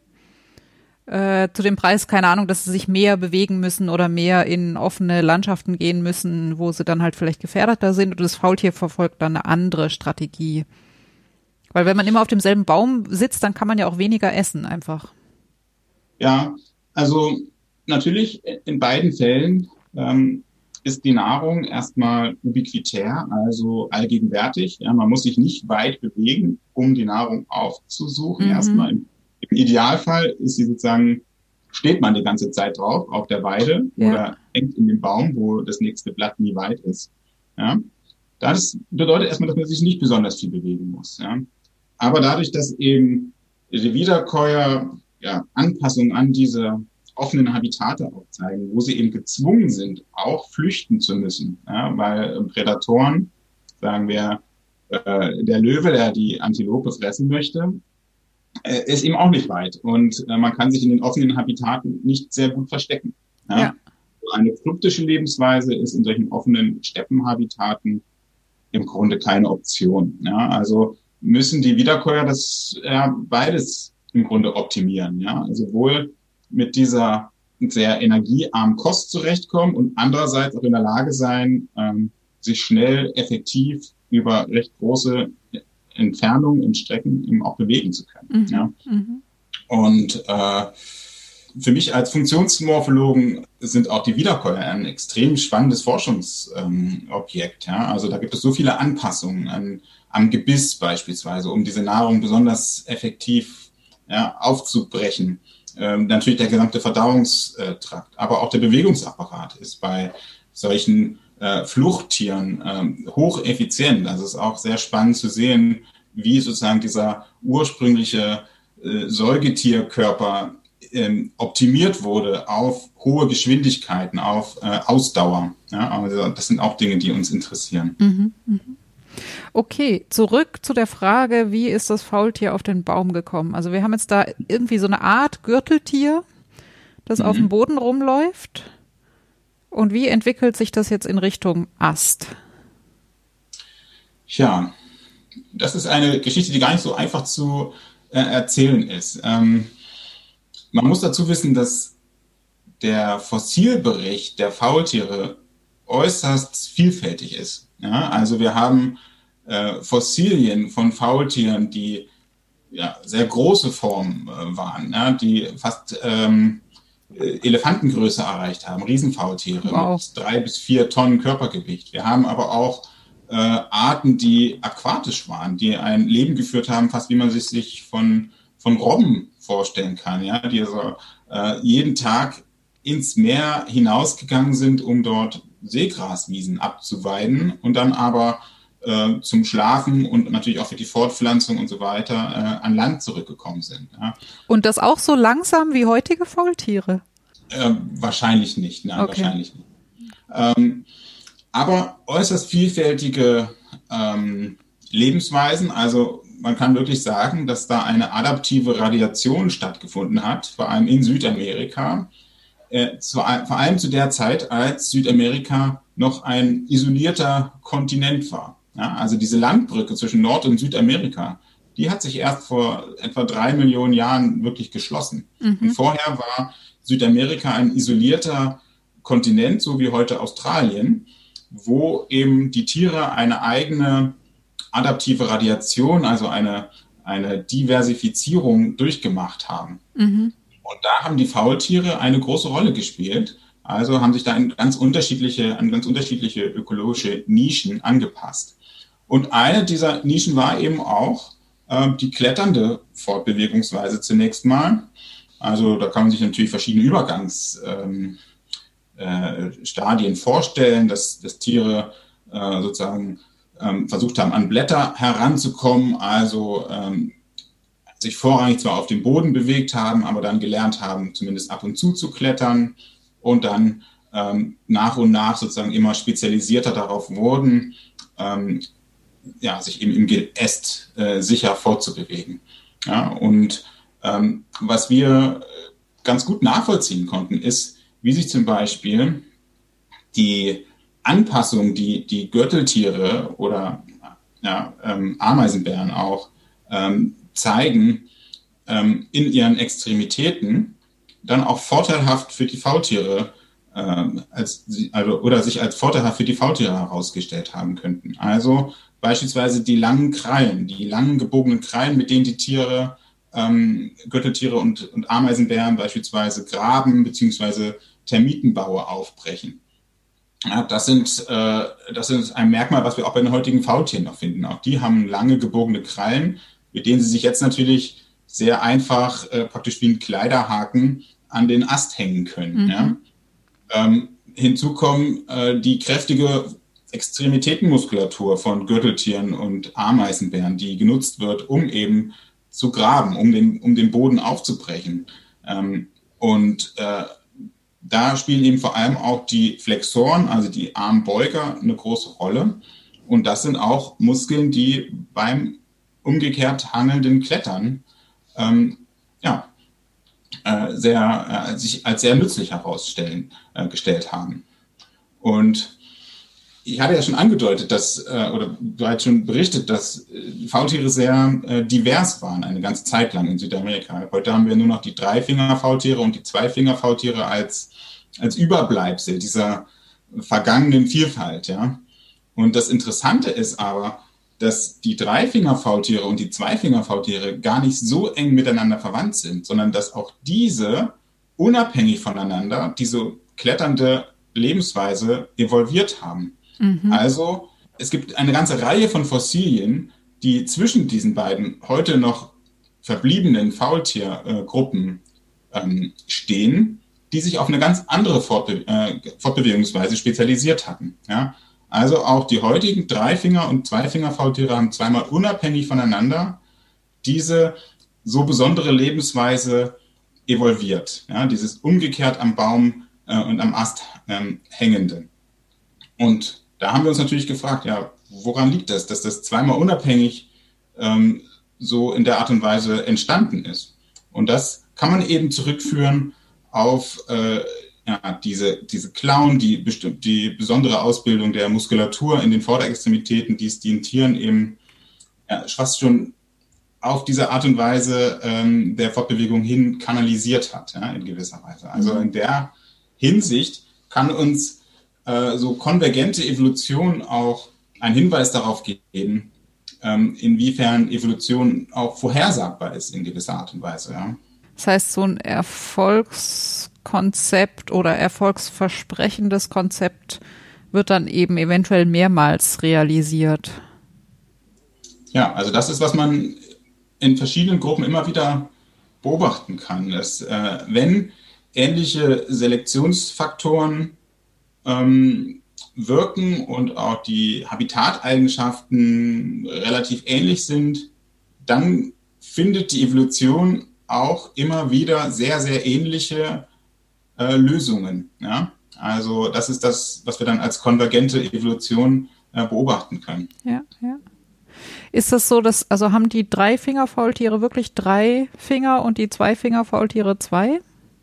äh, zu dem Preis, keine Ahnung, dass sie sich mehr bewegen müssen oder mehr in offene Landschaften gehen müssen, wo sie dann halt vielleicht gefährdeter sind und das Faultier verfolgt dann eine andere Strategie. Weil wenn man immer auf demselben Baum sitzt, dann kann man ja auch weniger essen einfach. Ja, also natürlich in beiden Fällen ähm, ist die Nahrung erstmal ubiquitär, also allgegenwärtig. Ja, man muss sich nicht weit bewegen, um die Nahrung aufzusuchen. Mhm. Erstmal im, im Idealfall ist sie sozusagen, steht man die ganze Zeit drauf, auf der Weide ja. oder hängt in dem Baum, wo das nächste Blatt nie weit ist. Ja, das bedeutet erstmal, dass man sich nicht besonders viel bewegen muss. Ja, aber dadurch, dass eben die Wiederkäuer ja, Anpassungen an diese offenen Habitate aufzeigen, wo sie eben gezwungen sind, auch flüchten zu müssen. Ja, weil Prädatoren, sagen wir, äh, der Löwe, der die Antilope fressen möchte, äh, ist eben auch nicht weit. Und äh, man kann sich in den offenen Habitaten nicht sehr gut verstecken. Ja? Ja. Eine kryptische Lebensweise ist in solchen offenen Steppenhabitaten im Grunde keine Option. Ja? Also müssen die Wiederkäuer das ja, beides im Grunde optimieren. Ja? Also sowohl mit dieser sehr energiearmen Kost zurechtkommen und andererseits auch in der Lage sein, ähm, sich schnell, effektiv über recht große Entfernungen, in Strecken eben auch bewegen zu können. Mhm. Ja. Mhm. Und äh, für mich als Funktionsmorphologen sind auch die Wiederkäuer ein extrem spannendes Forschungsobjekt. Ähm, ja. Also da gibt es so viele Anpassungen an, am Gebiss beispielsweise, um diese Nahrung besonders effektiv ja, aufzubrechen. Ähm, natürlich der gesamte Verdauungstrakt, aber auch der Bewegungsapparat ist bei solchen äh, Fluchttieren ähm, hocheffizient. Also es ist auch sehr spannend zu sehen, wie sozusagen dieser ursprüngliche äh, Säugetierkörper ähm, optimiert wurde auf hohe Geschwindigkeiten, auf äh, Ausdauer. Ja, also das sind auch Dinge, die uns interessieren. Mhm. Mhm. Okay, zurück zu der Frage, wie ist das Faultier auf den Baum gekommen? Also wir haben jetzt da irgendwie so eine Art Gürteltier, das mhm. auf dem Boden rumläuft. Und wie entwickelt sich das jetzt in Richtung Ast? Tja, das ist eine Geschichte, die gar nicht so einfach zu äh, erzählen ist. Ähm, man muss dazu wissen, dass der Fossilbericht der Faultiere äußerst vielfältig ist. Ja, also wir haben äh, Fossilien von Faultieren, die ja, sehr große Formen äh, waren, ja, die fast ähm, Elefantengröße erreicht haben, Riesenfaultiere wow. mit drei bis vier Tonnen Körpergewicht. Wir haben aber auch äh, Arten, die aquatisch waren, die ein Leben geführt haben, fast wie man sich, sich von, von Robben vorstellen kann, ja, die also äh, jeden Tag ins Meer hinausgegangen sind, um dort Seegraswiesen abzuweiden und dann aber äh, zum Schlafen und natürlich auch für die Fortpflanzung und so weiter äh, an Land zurückgekommen sind. Ja. Und das auch so langsam wie heutige Faultiere? Äh, wahrscheinlich nicht, nein, okay. wahrscheinlich nicht. Ähm, aber äußerst vielfältige ähm, Lebensweisen, also man kann wirklich sagen, dass da eine adaptive Radiation stattgefunden hat, vor allem in Südamerika, äh, zu, vor allem zu der Zeit, als Südamerika noch ein isolierter Kontinent war. Ja, also diese Landbrücke zwischen Nord- und Südamerika, die hat sich erst vor etwa drei Millionen Jahren wirklich geschlossen. Mhm. Und vorher war Südamerika ein isolierter Kontinent, so wie heute Australien, wo eben die Tiere eine eigene adaptive Radiation, also eine, eine Diversifizierung durchgemacht haben. Mhm. Und da haben die Faultiere eine große Rolle gespielt. Also haben sich da in ganz unterschiedliche, an ganz unterschiedliche ökologische Nischen angepasst. Und eine dieser Nischen war eben auch äh, die kletternde Fortbewegungsweise zunächst mal. Also da kann man sich natürlich verschiedene Übergangsstadien ähm, äh, vorstellen, dass, dass Tiere äh, sozusagen ähm, versucht haben, an Blätter heranzukommen, also ähm, sich vorrangig zwar auf dem Boden bewegt haben, aber dann gelernt haben, zumindest ab und zu zu klettern und dann ähm, nach und nach sozusagen immer spezialisierter darauf wurden, ähm, ja, sich eben im Geäst äh, sicher fortzubewegen. Ja, und ähm, was wir ganz gut nachvollziehen konnten, ist, wie sich zum Beispiel die Anpassung, die die Gürteltiere oder ja, ähm, Ameisenbären auch ähm, zeigen ähm, in ihren Extremitäten, dann auch vorteilhaft für die Faultiere ähm, als, also, oder sich als vorteilhaft für die Faultiere herausgestellt haben könnten. Also beispielsweise die langen Krallen, die langen gebogenen Krallen, mit denen die Tiere, ähm, Gürteltiere und, und Ameisenbären beispielsweise graben bzw. Termitenbaue aufbrechen. Ja, das sind, äh, das ist ein Merkmal, was wir auch bei den heutigen Faultieren noch finden. Auch die haben lange gebogene Krallen, mit denen sie sich jetzt natürlich sehr einfach äh, praktisch wie ein Kleiderhaken an den Ast hängen können. Mhm. Ja? Ähm, hinzu kommen äh, die kräftige Extremitätenmuskulatur von Gürteltieren und Ameisenbären, die genutzt wird, um eben zu graben, um den, um den Boden aufzubrechen. Ähm, und äh, da spielen eben vor allem auch die Flexoren, also die Armbeuger, eine große Rolle. Und das sind auch Muskeln, die beim umgekehrt hangelnden Klettern ähm, ja, äh, sehr, äh, sich als sehr nützlich herausstellen äh, gestellt haben. Und ich hatte ja schon angedeutet, dass, äh, oder bereits schon berichtet, dass äh, Faultiere sehr äh, divers waren, eine ganze Zeit lang in Südamerika. Heute haben wir nur noch die Dreifinger-Faultiere und die Zweifinger-Faultiere als, als Überbleibsel dieser vergangenen Vielfalt. Ja? Und das Interessante ist aber, dass die Dreifingerfaultiere und die Zweifingerfaultiere gar nicht so eng miteinander verwandt sind, sondern dass auch diese unabhängig voneinander diese kletternde Lebensweise evolviert haben. Mhm. Also es gibt eine ganze Reihe von Fossilien, die zwischen diesen beiden heute noch verbliebenen Faultiergruppen ähm, stehen, die sich auf eine ganz andere Fortbe- äh, Fortbewegungsweise spezialisiert hatten. Ja? Also auch die heutigen Dreifinger- und Zweifingerfaultiere haben zweimal unabhängig voneinander diese so besondere Lebensweise evolviert. Ja? Dieses umgekehrt am Baum äh, und am Ast ähm, hängende. Und da haben wir uns natürlich gefragt, ja, woran liegt das, dass das zweimal unabhängig ähm, so in der Art und Weise entstanden ist? Und das kann man eben zurückführen auf äh, ja, diese, diese Klauen, die, besti- die besondere Ausbildung der Muskulatur in den Vorderextremitäten, die es den Tieren eben ja, fast schon auf diese Art und Weise ähm, der Fortbewegung hin kanalisiert hat, ja, in gewisser Weise. Also in der Hinsicht kann uns äh, so konvergente Evolution auch einen Hinweis darauf geben, ähm, inwiefern Evolution auch vorhersagbar ist in gewisser Art und Weise. Ja. Das heißt, so ein Erfolgskonzept oder erfolgsversprechendes Konzept wird dann eben eventuell mehrmals realisiert. Ja, also das ist, was man in verschiedenen Gruppen immer wieder beobachten kann, dass äh, wenn ähnliche Selektionsfaktoren ähm, wirken und auch die Habitategenschaftenen relativ ähnlich sind, dann findet die Evolution auch immer wieder sehr, sehr ähnliche äh, Lösungen. Ja? Also das ist das, was wir dann als konvergente Evolution äh, beobachten können. Ja, ja. Ist das so, dass, also haben die Dreifingerfaultiere wirklich drei Finger und die Zweifingerfaultiere zwei?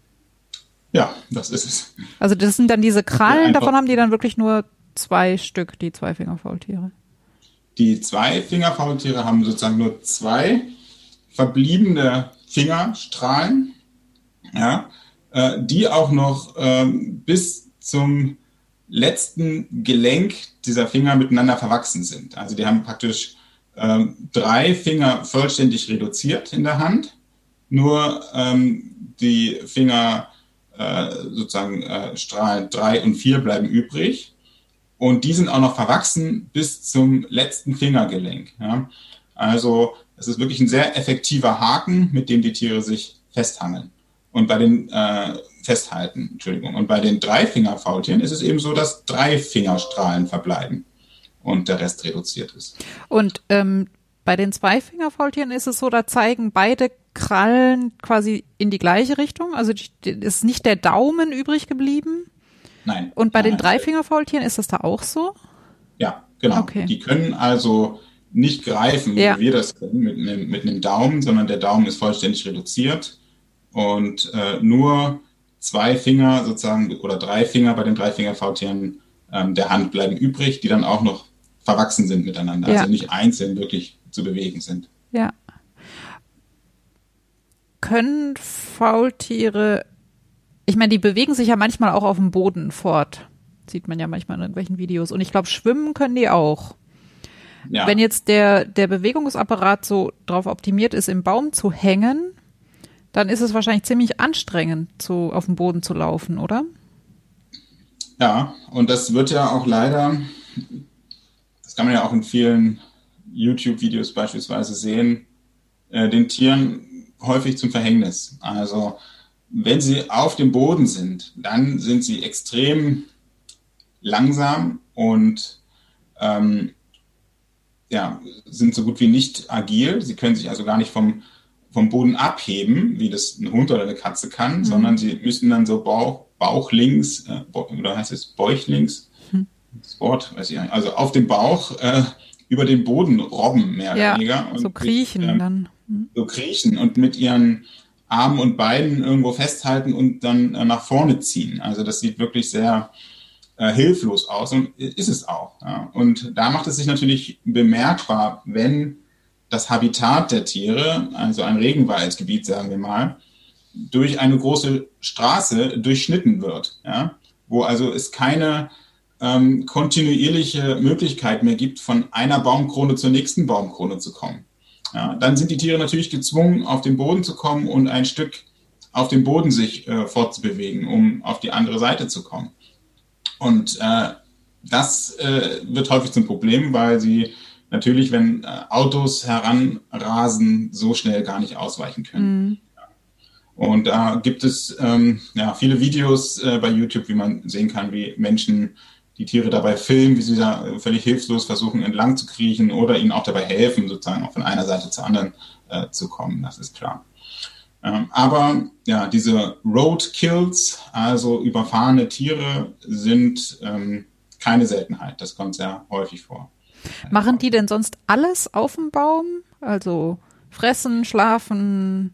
Ja, das ist es. Also das sind dann diese Krallen, davon haben die dann wirklich nur zwei Stück, die Zweifingerfaultiere? Die Zweifingerfaultiere haben sozusagen nur zwei verbliebene Fingerstrahlen, ja, äh, die auch noch ähm, bis zum letzten Gelenk dieser Finger miteinander verwachsen sind. Also die haben praktisch ähm, drei Finger vollständig reduziert in der Hand, nur ähm, die Finger äh, sozusagen äh, Strahlen drei und vier bleiben übrig und die sind auch noch verwachsen bis zum letzten Fingergelenk. Ja. Also es ist wirklich ein sehr effektiver Haken, mit dem die Tiere sich festhangeln und bei den äh, festhalten. Entschuldigung. Und bei den Dreifingerfaultieren ist es eben so, dass drei Fingerstrahlen verbleiben und der Rest reduziert ist. Und ähm, bei den Zweifingerfaultieren ist es so, da zeigen beide Krallen quasi in die gleiche Richtung. Also ist nicht der Daumen übrig geblieben? Nein. Und bei nein, den Dreifingerfaultieren ist das da auch so? Ja, genau. Okay. Die können also nicht greifen, ja. wie wir das können, mit einem, mit einem Daumen, sondern der Daumen ist vollständig reduziert und äh, nur zwei Finger sozusagen oder drei Finger bei den Dreifingerfaultieren ähm, der Hand bleiben übrig, die dann auch noch verwachsen sind miteinander, ja. Also nicht einzeln wirklich zu bewegen sind. Ja. Können Faultiere, ich meine, die bewegen sich ja manchmal auch auf dem Boden fort, sieht man ja manchmal in irgendwelchen Videos und ich glaube, schwimmen können die auch. Ja. Wenn jetzt der, der Bewegungsapparat so drauf optimiert ist, im Baum zu hängen, dann ist es wahrscheinlich ziemlich anstrengend, zu, auf dem Boden zu laufen, oder? Ja, und das wird ja auch leider, das kann man ja auch in vielen YouTube-Videos beispielsweise sehen, äh, den Tieren häufig zum Verhängnis. Also wenn sie auf dem Boden sind, dann sind sie extrem langsam und ähm, ja, sind so gut wie nicht agil. Sie können sich also gar nicht vom, vom Boden abheben, wie das ein Hund oder eine Katze kann, mhm. sondern sie müssen dann so Bauch, bauchlings, äh, oder heißt es bäuchlings? Mhm. Das Wort, weiß ich nicht. Also auf dem Bauch äh, über den Boden robben, mehr ja, oder weniger. Und so kriechen mit, ähm, dann. Mhm. So kriechen und mit ihren Armen und Beinen irgendwo festhalten und dann äh, nach vorne ziehen. Also das sieht wirklich sehr Äh, hilflos aus und ist es auch. Ja. Und da macht es sich natürlich bemerkbar, wenn das Habitat der Tiere, also ein Regenwaldgebiet, sagen wir mal, durch eine große Straße durchschnitten wird, ja, wo also es keine ähm, kontinuierliche Möglichkeit mehr gibt, von einer Baumkrone zur nächsten Baumkrone zu kommen. Ja, dann sind die Tiere natürlich gezwungen, auf den Boden zu kommen und ein Stück auf dem Boden sich äh, fortzubewegen, um auf die andere Seite zu kommen. Und äh, das äh, wird häufig zum Problem, weil sie natürlich, wenn äh, Autos heranrasen, so schnell gar nicht ausweichen können. Mhm. Und da gibt es ähm, ja, viele Videos äh, bei YouTube, wie man sehen kann, wie Menschen die Tiere dabei filmen, wie sie da völlig hilflos versuchen, entlang zu kriechen oder ihnen auch dabei helfen, sozusagen auch von einer Seite zur anderen äh, zu kommen. Das ist klar. Ähm, aber ja, diese Roadkills, also überfahrene Tiere, sind ähm, keine Seltenheit. Das kommt sehr häufig vor. Machen die denn sonst alles auf dem Baum? Also fressen, schlafen,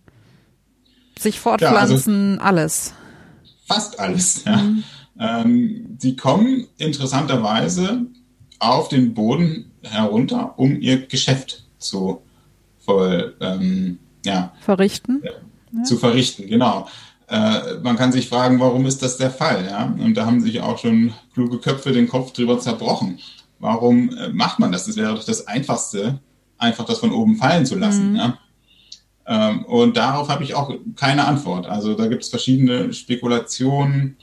sich fortpflanzen, ja, also alles? Fast alles, ja. Mhm. Ähm, die kommen interessanterweise auf den Boden herunter, um ihr Geschäft zu voll, ähm, ja, verrichten. Ja, ja. Zu verrichten, genau. Äh, man kann sich fragen, warum ist das der Fall? Ja? Und da haben sich auch schon kluge Köpfe den Kopf drüber zerbrochen. Warum äh, macht man das? Das wäre doch das Einfachste, einfach das von oben fallen zu lassen. Mhm. Ja? Ähm, und darauf habe ich auch keine Antwort. Also da gibt es verschiedene Spekulationen,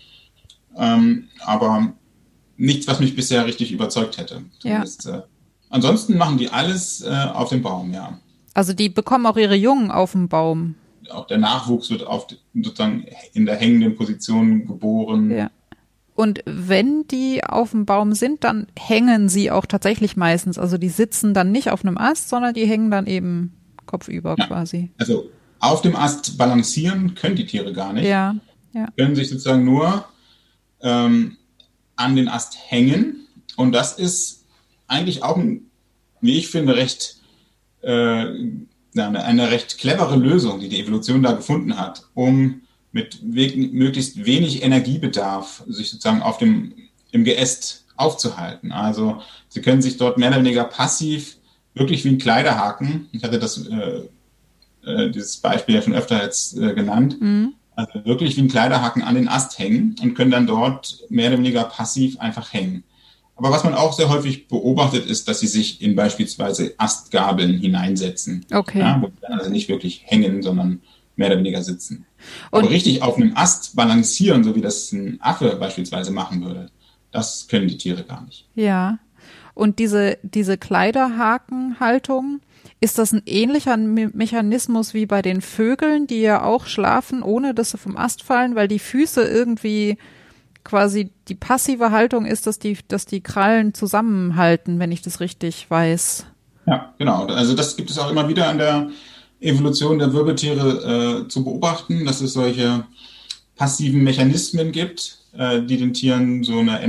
ähm, aber nichts, was mich bisher richtig überzeugt hätte. Ja. Äh, ansonsten machen die alles äh, auf dem Baum, ja. Also die bekommen auch ihre Jungen auf dem Baum. Auch der Nachwuchs wird auf, sozusagen in der hängenden Position geboren. Ja. Und wenn die auf dem Baum sind, dann hängen sie auch tatsächlich meistens. Also die sitzen dann nicht auf einem Ast, sondern die hängen dann eben kopfüber ja. quasi. Also auf dem Ast balancieren können die Tiere gar nicht. Ja, ja. Können sich sozusagen nur ähm, an den Ast hängen. Und das ist eigentlich auch, ein, wie ich finde, recht äh, eine, eine recht clevere Lösung, die die Evolution da gefunden hat, um mit we- möglichst wenig Energiebedarf sich sozusagen auf dem, im Geäst aufzuhalten. Also sie können sich dort mehr oder weniger passiv, wirklich wie ein Kleiderhaken, ich hatte das äh, äh, dieses Beispiel ja schon öfter jetzt äh, genannt, mhm. also wirklich wie ein Kleiderhaken an den Ast hängen und können dann dort mehr oder weniger passiv einfach hängen. Aber was man auch sehr häufig beobachtet, ist, dass sie sich in beispielsweise Astgabeln hineinsetzen. Okay. Ja, wo sie dann also nicht wirklich hängen, sondern mehr oder weniger sitzen. Und aber richtig auf einem Ast balancieren, so wie das ein Affe beispielsweise machen würde, das können die Tiere gar nicht. Ja. Und diese, diese Kleiderhakenhaltung, ist das ein ähnlicher Me- Mechanismus wie bei den Vögeln, die ja auch schlafen, ohne dass sie vom Ast fallen, weil die Füße irgendwie quasi die passive Haltung ist, dass die, dass die Krallen zusammenhalten, wenn ich das richtig weiß. Ja, genau. Also das gibt es auch immer wieder an der Evolution der Wirbeltiere äh, zu beobachten, dass es solche passiven Mechanismen gibt, äh, die den Tieren so eine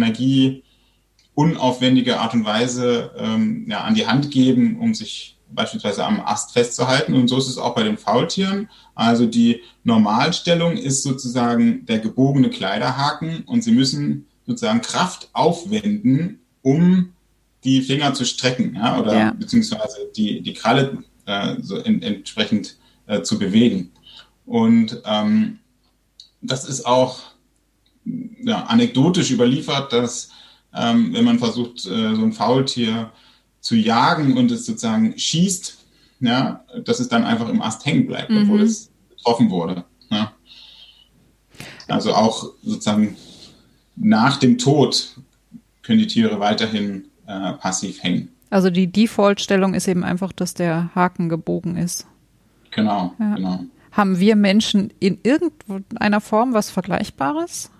energieunaufwendige Art und Weise ähm, ja, an die Hand geben, um sich beispielsweise am Ast festzuhalten. Und so ist es auch bei den Faultieren. Also die Normalstellung ist sozusagen der gebogene Kleiderhaken und sie müssen sozusagen Kraft aufwenden, um die Finger zu strecken, ja, oder ja. beziehungsweise die, die Kralle äh, so in, entsprechend äh, zu bewegen. Und ähm, das ist auch ja, anekdotisch überliefert, dass ähm, wenn man versucht, äh, so ein Faultier zu jagen und es sozusagen schießt, ja, dass es dann einfach im Ast hängen bleibt, mhm. obwohl es getroffen wurde. Ja. Also auch sozusagen nach dem Tod können die Tiere weiterhin äh, passiv hängen. Also die Default-Stellung ist eben einfach, dass der Haken gebogen ist. Genau, ja. genau. Haben wir Menschen in irgendeiner Form was Vergleichbares?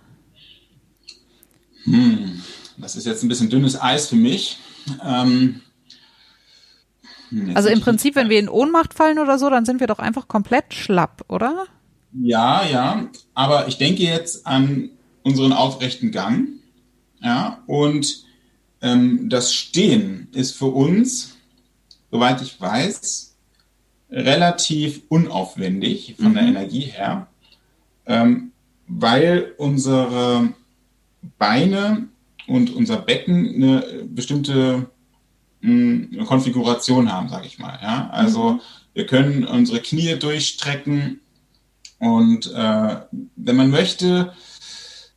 Hm, das ist jetzt ein bisschen dünnes Eis für mich. Ähm, Also im Prinzip, wenn wir in Ohnmacht fallen oder so, dann sind wir doch einfach komplett schlapp, oder? Ja, ja, aber ich denke jetzt an unseren aufrechten Gang, ja, und ähm, das Stehen ist für uns, soweit ich weiß, relativ unaufwendig von mhm. der Energie her, ähm, weil unsere Beine und unser Becken eine bestimmte eine Konfiguration haben, sage ich mal. Ja? Also mhm. wir können unsere Knie durchstrecken und äh, wenn man möchte,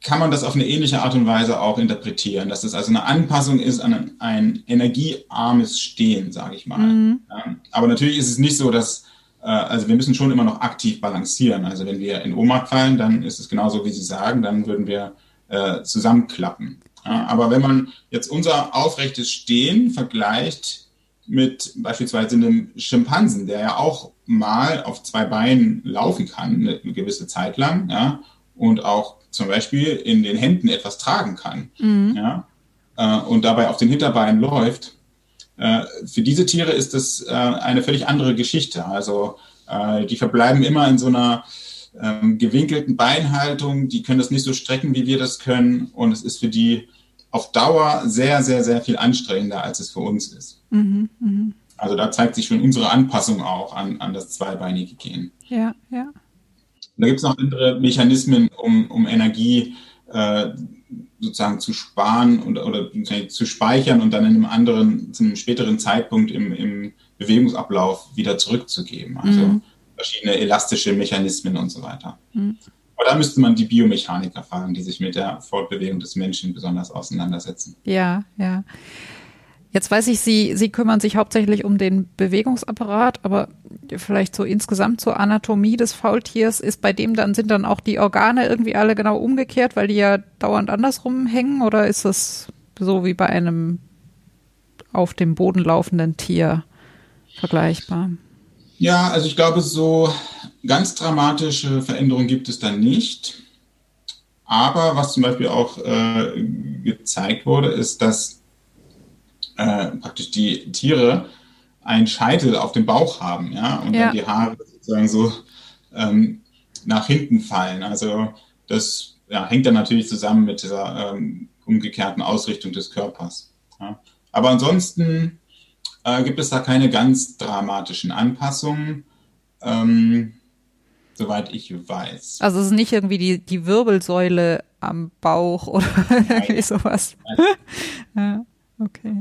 kann man das auf eine ähnliche Art und Weise auch interpretieren, dass das also eine Anpassung ist an ein, ein energiearmes Stehen, sage ich mal. Mhm. Ja, aber natürlich ist es nicht so, dass, äh, also wir müssen schon immer noch aktiv balancieren. Also wenn wir in Ohnmacht fallen, dann ist es genauso, wie Sie sagen, dann würden wir äh, zusammenklappen. Ja, aber wenn man jetzt unser aufrechtes Stehen vergleicht mit beispielsweise einem Schimpansen, der ja auch mal auf zwei Beinen laufen kann, eine, eine gewisse Zeit lang, ja, und auch zum Beispiel in den Händen etwas tragen kann, mhm. ja, äh, und dabei auf den Hinterbeinen läuft. Äh, für diese Tiere ist das äh, eine völlig andere Geschichte. Also äh, die verbleiben immer in so einer ähm, gewinkelten Beinhaltung, die können das nicht so strecken, wie wir das können, und es ist für die auf Dauer sehr, sehr, sehr viel anstrengender, als es für uns ist. Mhm, mh. Also da zeigt sich schon unsere Anpassung auch an, an das zweibeinige Gehen. Ja, ja. Und da gibt es noch andere Mechanismen, um, um Energie äh, sozusagen zu sparen und, oder zu speichern und dann in einem anderen, zu einem späteren Zeitpunkt im, im Bewegungsablauf wieder zurückzugeben. Also mhm. verschiedene elastische Mechanismen und so weiter. Mhm. Aber da müsste man die Biomechaniker fragen, die sich mit der Fortbewegung des Menschen besonders auseinandersetzen. Ja, ja. Jetzt weiß ich, Sie, Sie kümmern sich hauptsächlich um den Bewegungsapparat, aber vielleicht so insgesamt zur Anatomie des Faultiers ist bei dem dann, sind dann auch die Organe irgendwie alle genau umgekehrt, weil die ja dauernd andersrum hängen, oder ist das so wie bei einem auf dem Boden laufenden Tier vergleichbar? Ja, also ich glaube, so ganz dramatische Veränderungen gibt es da nicht. Aber was zum Beispiel auch äh, gezeigt wurde, ist, dass äh, praktisch die Tiere einen Scheitel auf dem Bauch haben, ja, und ja. dann die Haare sozusagen so ähm, nach hinten fallen. Also das ja, hängt dann natürlich zusammen mit dieser ähm, umgekehrten Ausrichtung des Körpers. Ja. Aber ansonsten äh, gibt es da keine ganz dramatischen Anpassungen, ähm, soweit ich weiß. Also es ist nicht irgendwie die, die Wirbelsäule am Bauch oder irgendwie sowas. Ja, okay.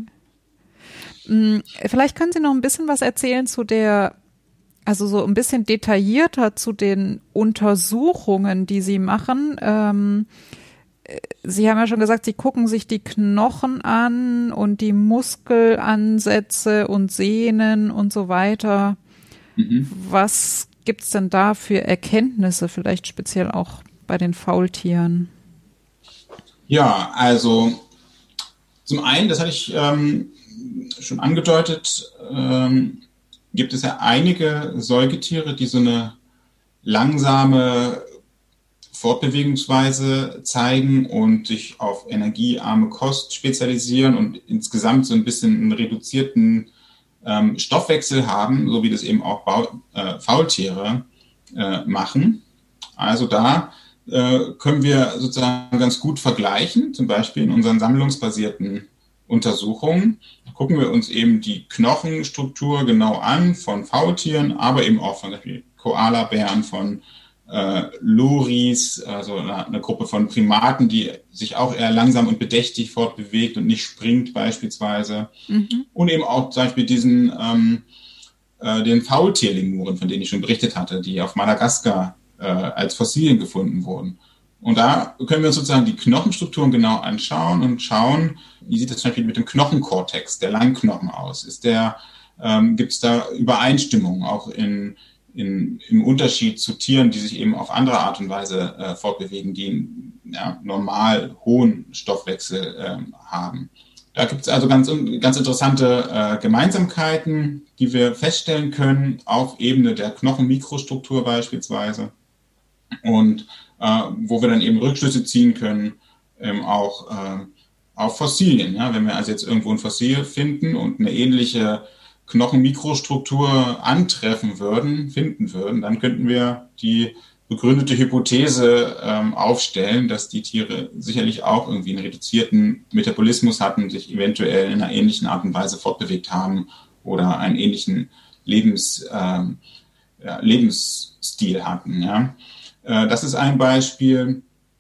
Vielleicht können Sie noch ein bisschen was erzählen zu der, also so ein bisschen detaillierter zu den Untersuchungen, die Sie machen. Ähm, Sie haben ja schon gesagt, Sie gucken sich die Knochen an und die Muskelansätze und Sehnen und so weiter. Mhm. Was gibt's denn da für Erkenntnisse, vielleicht speziell auch bei den Faultieren? Ja, also zum einen, das hatte ich ähm, schon angedeutet, ähm, gibt es ja einige Säugetiere, die so eine langsame Fortbewegungsweise zeigen und sich auf energiearme Kost spezialisieren und insgesamt so ein bisschen einen reduzierten ähm, Stoffwechsel haben, so wie das eben auch Bau, äh, Faultiere äh, machen. Also da äh, können wir sozusagen ganz gut vergleichen, zum Beispiel in unseren sammlungsbasierten Untersuchungen. Gucken wir uns eben die Knochenstruktur genau an von Faultieren, aber eben auch von zum Beispiel Koalabären, von äh, Loris, also eine, eine Gruppe von Primaten, die sich auch eher langsam und bedächtig fortbewegt und nicht springt beispielsweise. Mhm. Und eben auch zum Beispiel diesen ähm, äh, den Faultierlemuren, von denen ich schon berichtet hatte, die auf Madagaskar äh, als Fossilien gefunden wurden. Und da können wir uns sozusagen die Knochenstrukturen genau anschauen und schauen, wie sieht das zum Beispiel mit dem Knochenkortex, der Langknochen aus? Ist der, ähm, gibt es da Übereinstimmungen auch in, in, im Unterschied zu Tieren, die sich eben auf andere Art und Weise äh, fortbewegen, die einen ja, normal hohen Stoffwechsel äh, haben? Da gibt es also ganz, ganz interessante äh, Gemeinsamkeiten, die wir feststellen können, auf Ebene der Knochenmikrostruktur beispielsweise. Und äh, wo wir dann eben Rückschlüsse ziehen können, ähm, auch äh, auf Fossilien. Ja? Wenn wir also jetzt irgendwo ein Fossil finden und eine ähnliche Knochenmikrostruktur antreffen würden, finden würden, dann könnten wir die begründete Hypothese ähm, aufstellen, dass die Tiere sicherlich auch irgendwie einen reduzierten Metabolismus hatten, sich eventuell in einer ähnlichen Art und Weise fortbewegt haben oder einen ähnlichen Lebens, ähm, ja, Lebensstil hatten. Ja? Äh, das ist ein Beispiel.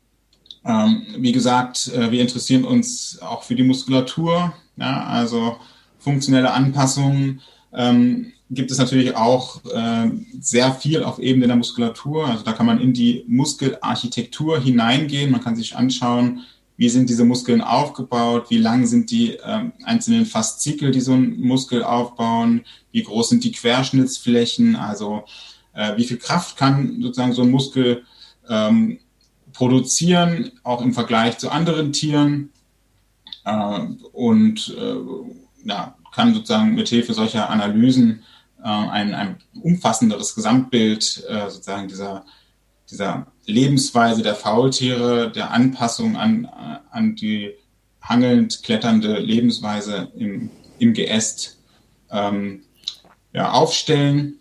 Ähm, wie gesagt, äh, wir interessieren uns auch für die Muskulatur, ja? Also funktionelle Anpassungen. Ähm, gibt es natürlich auch äh, sehr viel auf Ebene der Muskulatur. Also da kann man in die Muskelarchitektur hineingehen. Man kann sich anschauen, wie sind diese Muskeln aufgebaut, wie lang sind die äh, einzelnen Faszikel, die so einen Muskel aufbauen, wie groß sind die Querschnittsflächen, also äh, wie viel Kraft kann sozusagen so ein Muskel ähm, produzieren, auch im Vergleich zu anderen Tieren. Äh, und äh, ja, kann sozusagen mit Hilfe solcher Analysen äh, ein, ein umfassenderes Gesamtbild äh, sozusagen dieser, dieser Lebensweise der Faultiere, der Anpassung an, an die hangelnd kletternde Lebensweise im, im Geäst ähm, ja, aufstellen.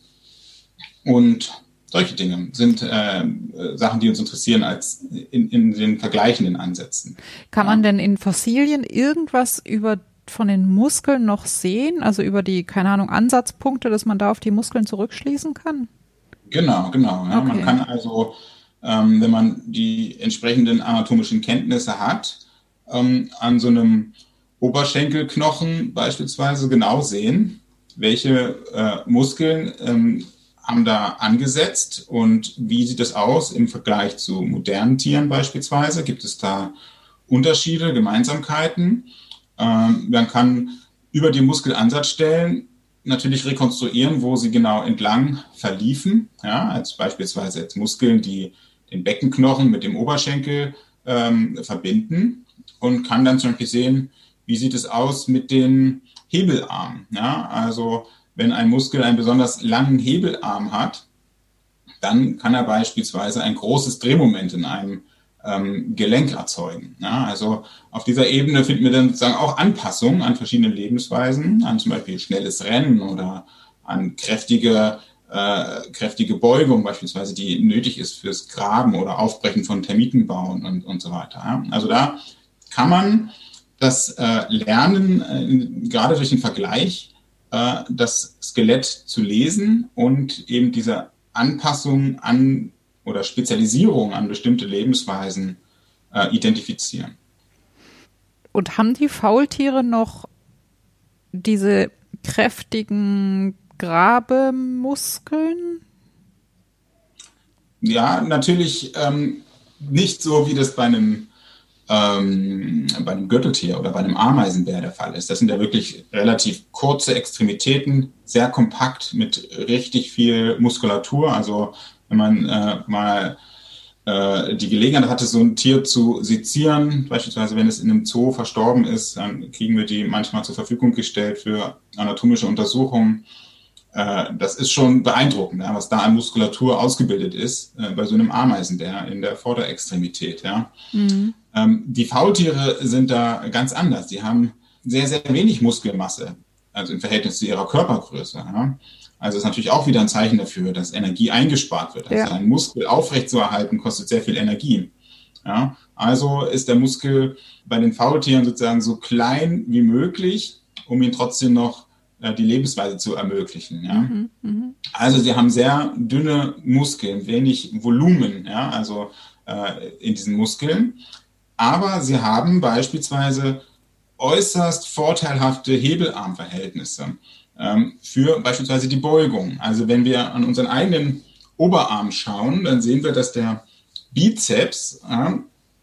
Und solche Dinge sind äh, Sachen, die uns interessieren als in, in den vergleichenden Ansätzen. Kann man denn in Fossilien irgendwas über von den Muskeln noch sehen? Also über die, keine Ahnung, Ansatzpunkte, dass man da auf die Muskeln zurückschließen kann? Genau, genau. Ja. Okay. Man kann also, ähm, wenn man die entsprechenden anatomischen Kenntnisse hat, ähm, an so einem Oberschenkelknochen beispielsweise genau sehen, welche äh, Muskeln ähm, haben da angesetzt und wie sieht es aus im Vergleich zu modernen Tieren beispielsweise? Gibt es da Unterschiede, Gemeinsamkeiten? Ähm, man kann über die Muskelansatzstellen natürlich rekonstruieren, wo sie genau entlang verliefen, ja, als beispielsweise jetzt Muskeln, die den Beckenknochen mit dem Oberschenkel ähm, verbinden und kann dann zum Beispiel sehen, wie sieht es aus mit den Hebelarmen, ja, also wenn ein Muskel einen besonders langen Hebelarm hat, dann kann er beispielsweise ein großes Drehmoment in einem ähm, Gelenk erzeugen. Ja, also auf dieser Ebene finden wir dann sozusagen auch Anpassungen an verschiedene Lebensweisen, an zum Beispiel schnelles Rennen oder an kräftige, äh, kräftige Beugung beispielsweise, die nötig ist fürs Graben oder Aufbrechen von Termitenbauen und, und so weiter. Ja. Also da kann man das äh, Lernen, äh, gerade durch den Vergleich, das Skelett zu lesen und eben diese Anpassung an oder Spezialisierung an bestimmte Lebensweisen äh, identifizieren. Und haben die Faultiere noch diese kräftigen Grabemuskeln? Ja, natürlich ähm, nicht so, wie das bei einem Ähm, bei einem Gürteltier oder bei einem Ameisenbär der Fall ist. Das sind ja wirklich relativ kurze Extremitäten, sehr kompakt mit richtig viel Muskulatur. Also wenn man äh, mal äh, die Gelegenheit hatte, so ein Tier zu sezieren, beispielsweise wenn es in einem Zoo verstorben ist, dann kriegen wir die manchmal zur Verfügung gestellt für anatomische Untersuchungen. Äh, das ist schon beeindruckend, ja, was da an Muskulatur ausgebildet ist äh, bei so einem Ameisenbär in der Vorderextremität. Ja. Mhm. Die Faultiere sind da ganz anders. Die haben sehr, sehr wenig Muskelmasse, also im Verhältnis zu ihrer Körpergröße. Ja. Also ist natürlich auch wieder ein Zeichen dafür, dass Energie eingespart wird. Also ja. Einen Muskel aufrechtzuerhalten kostet sehr viel Energie. Ja. Also ist der Muskel bei den Faultieren sozusagen so klein wie möglich, um ihn trotzdem noch äh, die Lebensweise zu ermöglichen. Ja. Mhm, mh. Also sie haben sehr dünne Muskeln, wenig Volumen, ja, also äh, in diesen Muskeln. Aber sie haben beispielsweise äußerst vorteilhafte Hebelarmverhältnisse ähm, für beispielsweise die Beugung. Also wenn wir an unseren eigenen Oberarm schauen, dann sehen wir, dass der Bizeps, äh,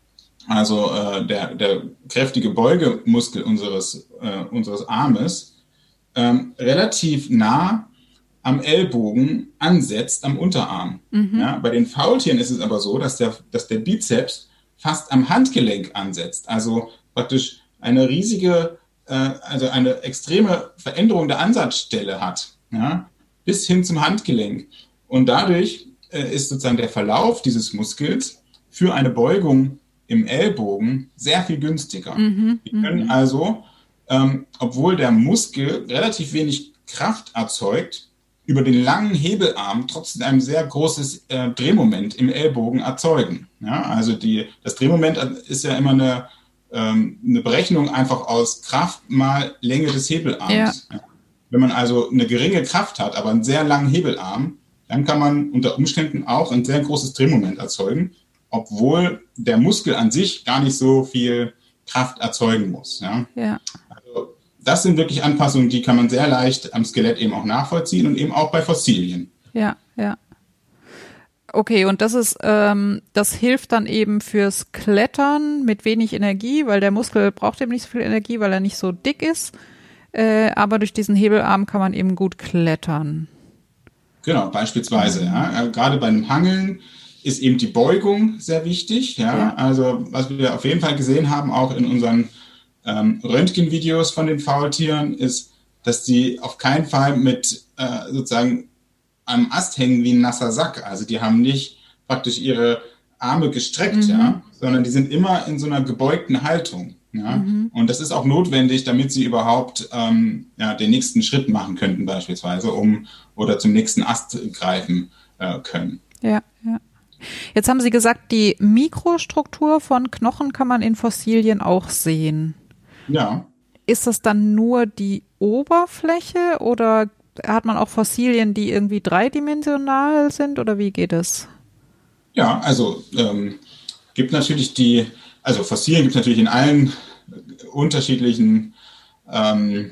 also äh, der, der kräftige Beugemuskel unseres, äh, unseres Armes, äh, relativ nah am Ellbogen ansetzt, am Unterarm. Mhm. Ja, bei den Faultieren ist es aber so, dass der, dass der Bizeps fast am Handgelenk ansetzt. Also praktisch eine riesige, äh, also eine extreme Veränderung der Ansatzstelle hat, ja, bis hin zum Handgelenk. Und dadurch äh, ist sozusagen der Verlauf dieses Muskels für eine Beugung im Ellbogen sehr viel günstiger. Mhm, Wir können m- also, ähm, obwohl der Muskel relativ wenig Kraft erzeugt, über den langen Hebelarm trotzdem ein sehr großes äh, Drehmoment im Ellbogen erzeugen. Ja, also die, das Drehmoment ist ja immer eine, ähm, eine Berechnung einfach aus Kraft mal Länge des Hebelarms. Ja. Ja. Wenn man also eine geringe Kraft hat, aber einen sehr langen Hebelarm, dann kann man unter Umständen auch ein sehr großes Drehmoment erzeugen, obwohl der Muskel an sich gar nicht so viel Kraft erzeugen muss. Ja. Ja. Also das sind wirklich Anpassungen, die kann man sehr leicht am Skelett eben auch nachvollziehen und eben auch bei Fossilien. Ja, ja. Okay, und das ist, ähm, das hilft dann eben fürs Klettern mit wenig Energie, weil der Muskel braucht eben nicht so viel Energie, weil er nicht so dick ist. Äh, aber durch diesen Hebelarm kann man eben gut klettern. Genau, beispielsweise, ja. Gerade bei einem Hangeln ist eben die Beugung sehr wichtig, ja. ja. Also, was wir auf jeden Fall gesehen haben, auch in unseren ähm, Röntgenvideos von den Faultieren, ist, dass die auf keinen Fall mit äh, sozusagen am Ast hängen wie ein nasser Sack. Also die haben nicht praktisch ihre Arme gestreckt, mhm. ja, sondern die sind immer in so einer gebeugten Haltung. Ja? Mhm. Und das ist auch notwendig, damit sie überhaupt ähm, ja, den nächsten Schritt machen könnten beispielsweise, um oder zum nächsten Ast greifen äh, können. Ja, ja. Jetzt haben Sie gesagt, die Mikrostruktur von Knochen kann man in Fossilien auch sehen. Ja. Ist das dann nur die Oberfläche oder hat man auch Fossilien, die irgendwie dreidimensional sind oder wie geht es? Ja, also ähm, gibt natürlich die, also Fossilien gibt es natürlich in allen unterschiedlichen ähm,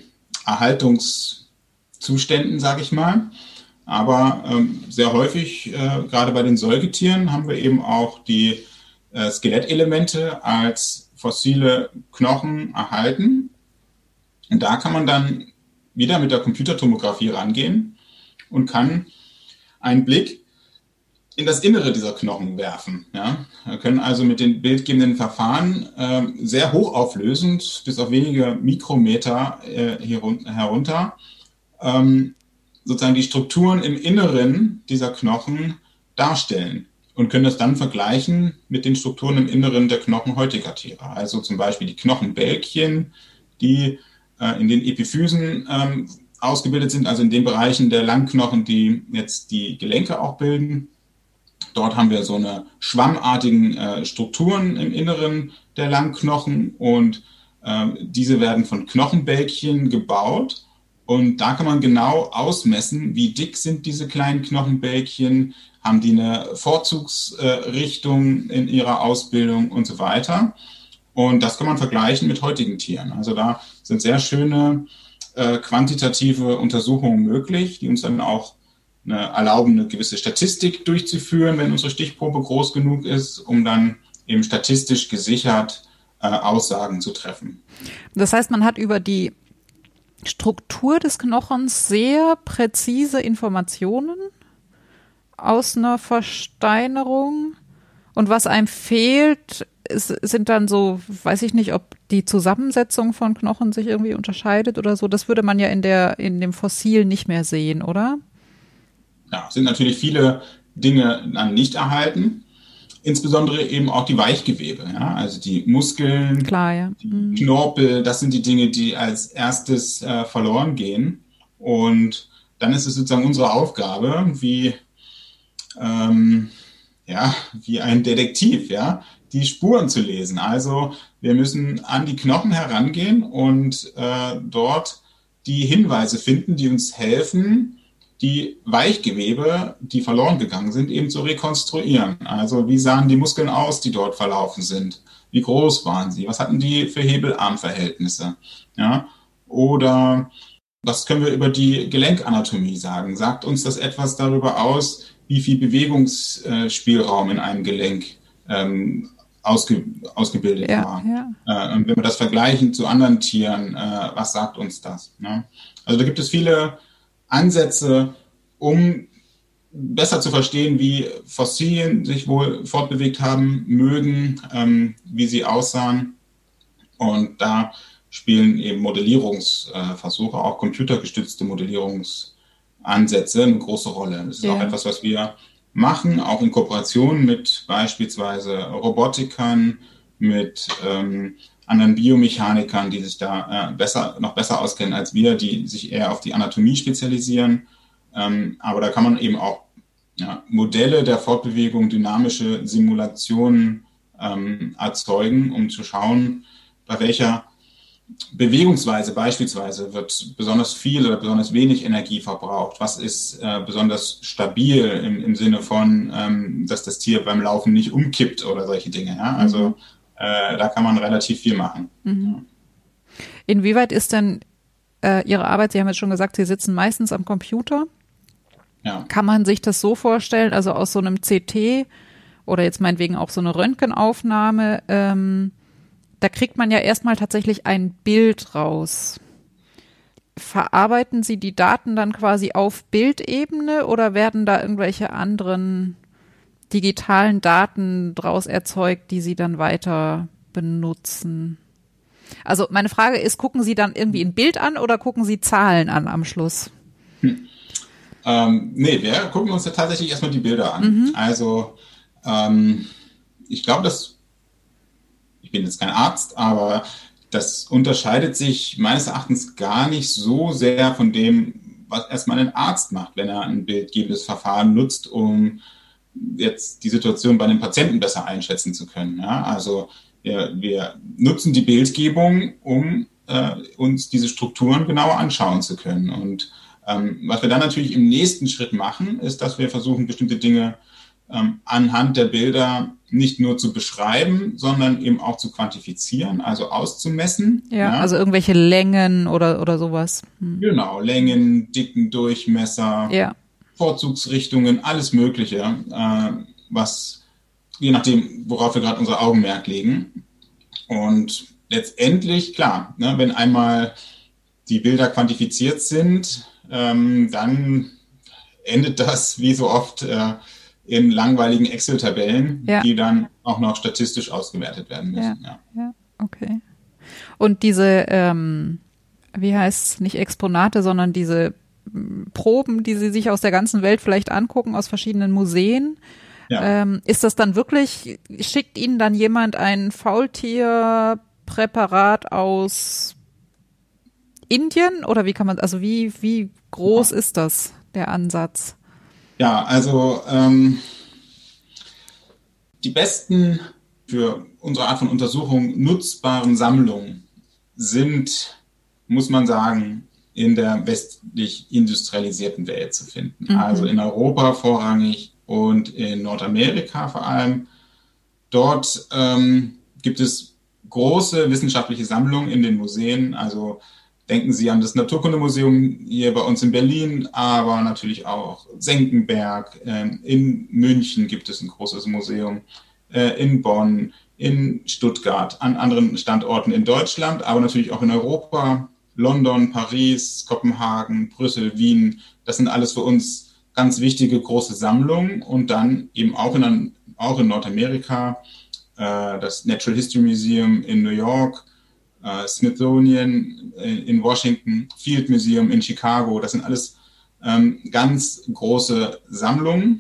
Erhaltungszuständen, sage ich mal. Aber ähm, sehr häufig, äh, gerade bei den Säugetieren, haben wir eben auch die äh, Skelettelemente als fossile Knochen erhalten. Und da kann man dann wieder mit der Computertomographie rangehen und kann einen Blick in das Innere dieser Knochen werfen. Ja? Wir können also mit den bildgebenden Verfahren äh, sehr hochauflösend, bis auf wenige Mikrometer äh, hier herunter, ähm, sozusagen die Strukturen im Inneren dieser Knochen darstellen und können das dann vergleichen mit den Strukturen im Inneren der Knochen heutiger Tiere. Also zum Beispiel die Knochenbälkchen, die in den Epiphysen ähm, ausgebildet sind, also in den Bereichen der Langknochen, die jetzt die Gelenke auch bilden. Dort haben wir so eine schwammartigen äh, Strukturen im Inneren der Langknochen und äh, diese werden von Knochenbälkchen gebaut und da kann man genau ausmessen, wie dick sind diese kleinen Knochenbälkchen, haben die eine Vorzugsrichtung äh, in ihrer Ausbildung und so weiter. Und das kann man vergleichen mit heutigen Tieren. Also da sind sehr schöne äh, quantitative Untersuchungen möglich, die uns dann auch eine, erlauben, eine gewisse Statistik durchzuführen, wenn unsere Stichprobe groß genug ist, um dann eben statistisch gesichert äh, Aussagen zu treffen. Das heißt, man hat über die Struktur des Knochens sehr präzise Informationen aus einer Versteinerung. Und was einem fehlt, ist, sind dann so, weiß ich nicht, ob die Zusammensetzung von Knochen sich irgendwie unterscheidet oder so. Das würde man ja in der, in dem Fossil nicht mehr sehen, oder? Ja, sind natürlich viele Dinge dann nicht erhalten. Insbesondere eben auch die Weichgewebe, ja, also die Muskeln, Klar, ja. Mhm. die Knorpel, das sind die Dinge, die als erstes äh, verloren gehen. Und dann ist es sozusagen unsere Aufgabe, wie ähm, ja, wie ein Detektiv, ja, die Spuren zu lesen. Also wir müssen an die Knochen herangehen und äh, dort die Hinweise finden, die uns helfen, die Weichgewebe, die verloren gegangen sind, eben zu rekonstruieren. Also wie sahen die Muskeln aus, die dort verlaufen sind? Wie groß waren sie? Was hatten die für Hebelarmverhältnisse? Ja? Oder was können wir über die Gelenkanatomie sagen? Sagt uns das etwas darüber aus, wie viel Bewegungsspielraum in einem Gelenk ähm, ausge, ausgebildet ja, war? Ja. Äh, und wenn wir das vergleichen zu anderen Tieren, äh, was sagt uns das? Ne? Also da gibt es viele Ansätze, um besser zu verstehen, wie Fossilien sich wohl fortbewegt haben mögen, ähm, wie sie aussahen. Und da spielen eben Modellierungsversuche, auch computergestützte Modellierungsansätze eine große Rolle. Das ist ja auch etwas, was wir machen, auch in Kooperation mit beispielsweise Robotikern, mit ähm, anderen Biomechanikern, die sich da äh, besser, noch besser auskennen als wir, die sich eher auf die Anatomie spezialisieren. Ähm, aber da kann man eben auch ja, Modelle der Fortbewegung, dynamische Simulationen ähm, erzeugen, um zu schauen, bei welcher Bewegungsweise beispielsweise wird besonders viel oder besonders wenig Energie verbraucht. Was ist äh, besonders stabil im, im Sinne von, ähm, dass das Tier beim Laufen nicht umkippt oder solche Dinge. Ja? Also mhm. äh, da kann man relativ viel machen. Mhm. Inwieweit ist denn äh, Ihre Arbeit, Sie haben jetzt schon gesagt, Sie sitzen meistens am Computer. Ja. Kann man sich das so vorstellen, also aus so einem C T oder jetzt meinetwegen auch so eine Röntgenaufnahme, ähm, da kriegt man ja erstmal tatsächlich ein Bild raus. Verarbeiten Sie die Daten dann quasi auf Bildebene oder werden da irgendwelche anderen digitalen Daten draus erzeugt, die Sie dann weiter benutzen? Also meine Frage ist, gucken Sie dann irgendwie ein Bild an oder gucken Sie Zahlen an am Schluss? Hm. Ähm, nee, wir gucken uns ja tatsächlich erstmal die Bilder an. Mhm. Also ähm, ich glaube, dass, ich bin jetzt kein Arzt, aber das unterscheidet sich meines Erachtens gar nicht so sehr von dem, was erstmal ein Arzt macht, wenn er ein bildgebendes Verfahren nutzt, um jetzt die Situation bei den Patienten besser einschätzen zu können. Ja? Also wir, wir nutzen die Bildgebung, um äh, uns diese Strukturen genauer anschauen zu können. Und ähm, was wir dann natürlich im nächsten Schritt machen, ist, dass wir versuchen, bestimmte Dinge ähm, anhand der Bilder nicht nur zu beschreiben, sondern eben auch zu quantifizieren, also auszumessen. Ja, ja. Also irgendwelche Längen oder, oder sowas. Hm. Genau, Längen, Dicken, Durchmesser, ja. Vorzugsrichtungen, alles Mögliche, äh, was je nachdem, worauf wir gerade unser Augenmerk legen. Und letztendlich, klar, ne, wenn einmal die Bilder quantifiziert sind, ähm, dann endet das wie so oft äh, in langweiligen Excel-Tabellen, ja. die dann auch noch statistisch ausgewertet werden müssen. Ja, ja. ja okay. Und diese, ähm, wie heißt es, nicht Exponate, sondern diese Proben, die Sie sich aus der ganzen Welt vielleicht angucken, aus verschiedenen Museen, ja. ähm, ist das dann wirklich, schickt Ihnen dann jemand ein Faultierpräparat aus Indien oder wie kann man, also wie, wie groß ja. ist das, der Ansatz? Ja, also ähm, die besten für unsere Art von Untersuchung nutzbaren Sammlungen sind, muss man sagen, in der westlich industrialisierten Welt zu finden. Mhm. Also in Europa vorrangig und in Nordamerika vor allem. Dort ähm, gibt es große wissenschaftliche Sammlungen in den Museen. Also denken Sie an das Naturkundemuseum hier bei uns in Berlin, aber natürlich auch Senckenberg. Ähm, in München gibt es ein großes Museum, äh, in Bonn, in Stuttgart, an anderen Standorten in Deutschland, aber natürlich auch in Europa. London, Paris, Kopenhagen, Brüssel, Wien, das sind alles für uns ganz wichtige große Sammlungen. Und dann eben auch in, auch in Nordamerika äh, das Natural History Museum in New York, äh, Smithsonian in, in Washington, Field Museum in Chicago. Das sind alles ähm, ganz große Sammlungen,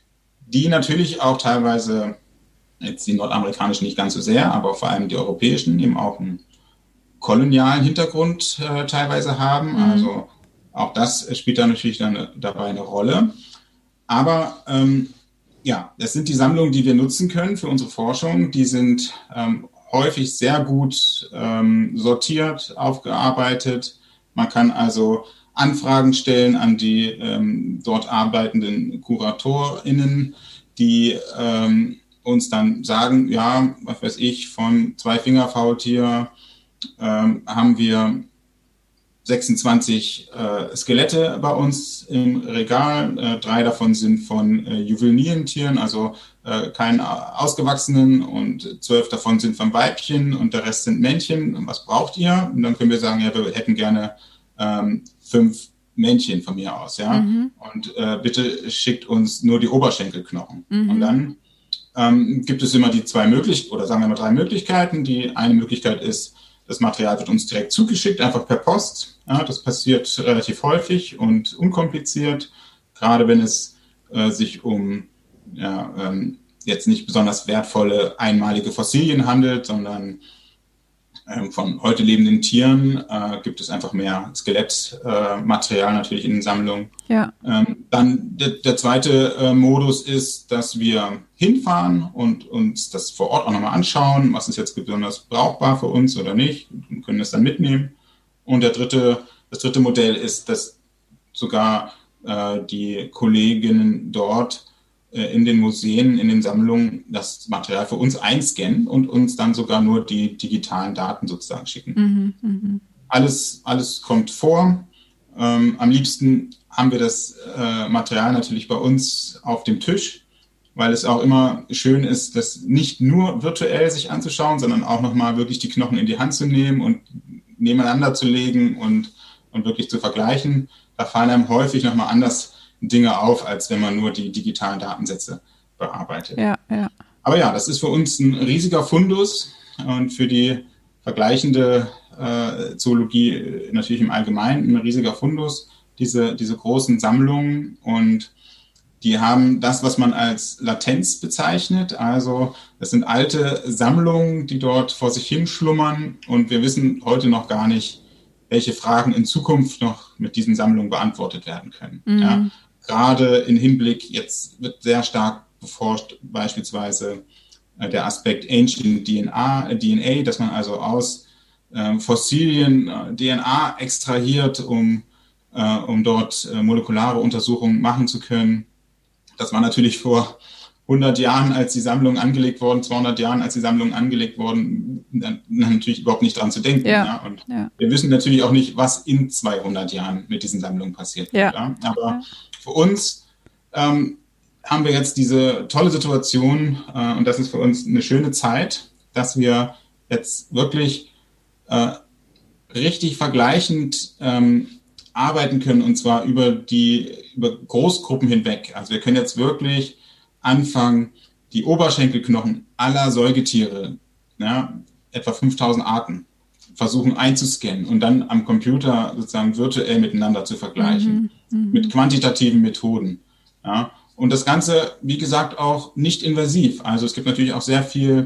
die natürlich auch teilweise, jetzt die nordamerikanischen nicht ganz so sehr, aber vor allem die europäischen eben auch ein kolonialen Hintergrund äh, teilweise haben. Mhm. Also auch das spielt da natürlich dann dabei eine Rolle. Aber ähm, ja, das sind die Sammlungen, die wir nutzen können für unsere Forschung. Die sind ähm, häufig sehr gut ähm, sortiert, aufgearbeitet. Man kann also Anfragen stellen an die ähm, dort arbeitenden KuratorInnen, die ähm, uns dann sagen, ja, was weiß ich, von Zweifingerfaultier Ähm, haben wir sechsundzwanzig äh, Skelette bei uns im Regal. Äh, drei davon sind von äh, juvenilien Tieren, also äh, keinen ausgewachsenen, und zwölf davon sind von Weibchen und der Rest sind Männchen. Und was braucht ihr? Und dann können wir sagen, ja, wir hätten gerne ähm, fünf Männchen von mir aus, ja. Mhm. Und äh, bitte schickt uns nur die Oberschenkelknochen. Mhm. Und dann ähm, gibt es immer die zwei Möglichkeiten, oder sagen wir mal drei Möglichkeiten. Die eine Möglichkeit ist, das Material wird uns direkt zugeschickt, einfach per Post. Ja, das passiert relativ häufig und unkompliziert, gerade wenn es äh, sich um ja, ähm, jetzt nicht besonders wertvolle einmalige Fossilien handelt, sondern ähm, von heute lebenden Tieren äh, gibt es einfach mehr Skelettmaterial äh, natürlich in den Sammlungen. Ja. Ähm, dann der, der zweite äh, Modus ist, dass wir hinfahren und uns das vor Ort auch nochmal anschauen, was ist jetzt besonders brauchbar für uns oder nicht, und können das dann mitnehmen. Und der dritte, das dritte Modell ist, dass sogar äh, die Kolleginnen dort äh, in den Museen, in den Sammlungen das Material für uns einscannen und uns dann sogar nur die digitalen Daten sozusagen schicken. Mhm, mh. alles, alles kommt vor. Ähm, am liebsten haben wir das äh, Material natürlich bei uns auf dem Tisch, weil es auch immer schön ist, das nicht nur virtuell sich anzuschauen, sondern auch nochmal wirklich die Knochen in die Hand zu nehmen und nebeneinander zu legen und, und wirklich zu vergleichen. Da fallen einem häufig nochmal anders Dinge auf, als wenn man nur die digitalen Datensätze bearbeitet. Ja, ja. Aber ja, das ist für uns ein riesiger Fundus und für die vergleichende äh, Zoologie natürlich im Allgemeinen ein riesiger Fundus, diese, diese großen Sammlungen, und die haben das, was man als Latenz bezeichnet. Also das sind alte Sammlungen, die dort vor sich hin schlummern, und wir wissen heute noch gar nicht, welche Fragen in Zukunft noch mit diesen Sammlungen beantwortet werden können. Mhm. Ja, gerade im Hinblick, jetzt wird sehr stark beforscht, beispielsweise äh, der Aspekt Ancient D N A, D N A, dass man also aus äh, Fossilien äh, D N A extrahiert, um, äh, um dort äh, molekulare Untersuchungen machen zu können. Das war natürlich vor hundert Jahren, als die Sammlungen angelegt wurden, zweihundert Jahren, als die Sammlungen angelegt wurden, dann, dann natürlich überhaupt nicht dran zu denken. Ja. Ja? Und ja. wir wissen natürlich auch nicht, was in zweihundert Jahren mit diesen Sammlungen passiert. Ja. Ja? Aber ja. für uns ähm, haben wir jetzt diese tolle Situation, äh, und das ist für uns eine schöne Zeit, dass wir jetzt wirklich äh, richtig vergleichend ähm, arbeiten können, und zwar über die über Großgruppen hinweg. Also wir können jetzt wirklich anfangen, die Oberschenkelknochen aller Säugetiere, ja, etwa fünftausend Arten, versuchen einzuscannen und dann am Computer sozusagen virtuell miteinander zu vergleichen, mhm, mit quantitativen Methoden. Ja. Und das Ganze, wie gesagt, auch nicht invasiv. Also es gibt natürlich auch sehr viel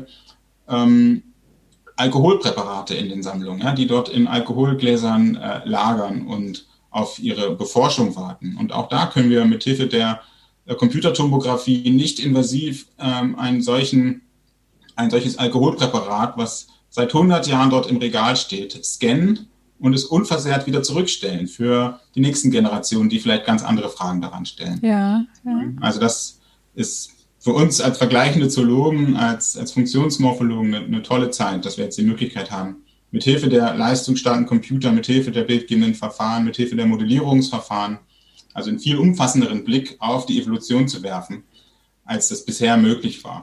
ähm, Alkoholpräparate in den Sammlungen, ja, die dort in Alkoholgläsern äh, lagern und auf ihre Beforschung warten. Und auch da können wir mit Hilfe der äh, Computertomographie nicht invasiv ähm, einen solchen, ein solches Alkoholpräparat, was seit hundert Jahren dort im Regal steht, scannen und es unversehrt wieder zurückstellen für die nächsten Generationen, die vielleicht ganz andere Fragen daran stellen. Ja, ja. Also das ist für uns als vergleichende Zoologen, als, als Funktionsmorphologen eine, eine tolle Zeit, dass wir jetzt die Möglichkeit haben, mit Hilfe der leistungsstarken Computer, mit Hilfe der bildgebenden Verfahren, mit Hilfe der Modellierungsverfahren, also einen viel umfassenderen Blick auf die Evolution zu werfen, als das bisher möglich war.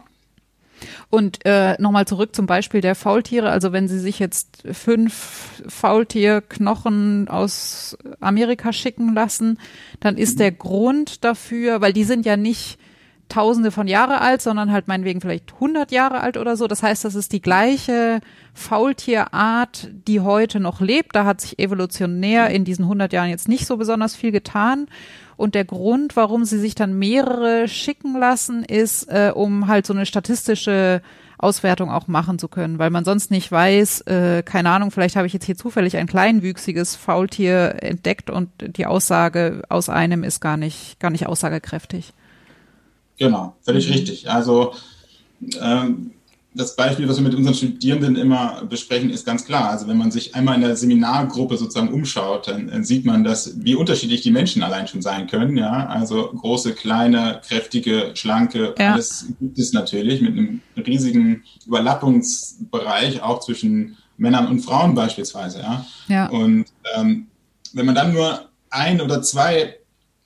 Und äh, nochmal zurück zum Beispiel der Faultiere. Also wenn Sie sich jetzt fünf Faultierknochen aus Amerika schicken lassen, dann ist der Grund dafür, weil die sind ja nicht Tausende von Jahre alt, sondern halt meinetwegen vielleicht hundert Jahre alt oder so. Das heißt, das ist die gleiche Faultierart, die heute noch lebt. Da hat sich evolutionär in diesen hundert Jahren jetzt nicht so besonders viel getan. Und der Grund, warum sie sich dann mehrere schicken lassen, ist, äh, um halt so eine statistische Auswertung auch machen zu können, weil man sonst nicht weiß, äh, keine Ahnung, vielleicht habe ich jetzt hier zufällig ein kleinwüchsiges Faultier entdeckt und die Aussage aus einem ist gar nicht, gar nicht aussagekräftig. Genau, völlig mhm. richtig. Also ähm, das Beispiel, was wir mit unseren Studierenden immer besprechen, ist ganz klar. Also wenn man sich einmal in der Seminargruppe sozusagen umschaut, dann, dann sieht man, dass wie unterschiedlich die Menschen allein schon sein können. Ja, also große, kleine, kräftige, schlanke, ja. alles gibt es natürlich mit einem riesigen Überlappungsbereich auch zwischen Männern und Frauen beispielsweise. Ja, ja. Und ähm, wenn man dann nur ein oder zwei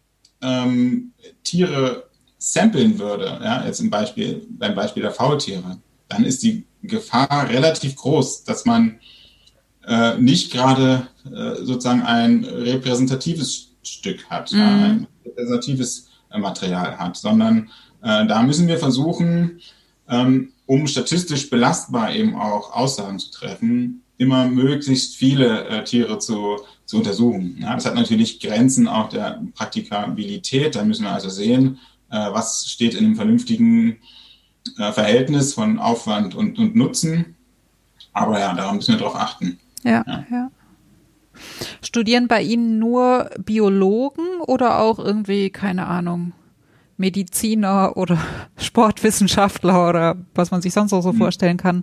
ähm, Tiere samplen würde, ja, jetzt im Beispiel, beim Beispiel der Faultiere, dann ist die Gefahr relativ groß, dass man äh, nicht gerade äh, sozusagen ein repräsentatives Stück hat, mhm. ja, ein repräsentatives äh, Material hat, sondern äh, da müssen wir versuchen, ähm, um statistisch belastbar eben auch Aussagen zu treffen, immer möglichst viele äh, Tiere zu, zu untersuchen. Ja, das hat natürlich Grenzen auch der Praktikabilität, da müssen wir also sehen, was steht in einem vernünftigen äh, Verhältnis von Aufwand und, und Nutzen. Aber ja, daran müssen wir drauf achten. Ja, ja, ja. Studieren bei Ihnen nur Biologen oder auch irgendwie, keine Ahnung, Mediziner oder Sportwissenschaftler oder was man sich sonst auch so hm. vorstellen kann?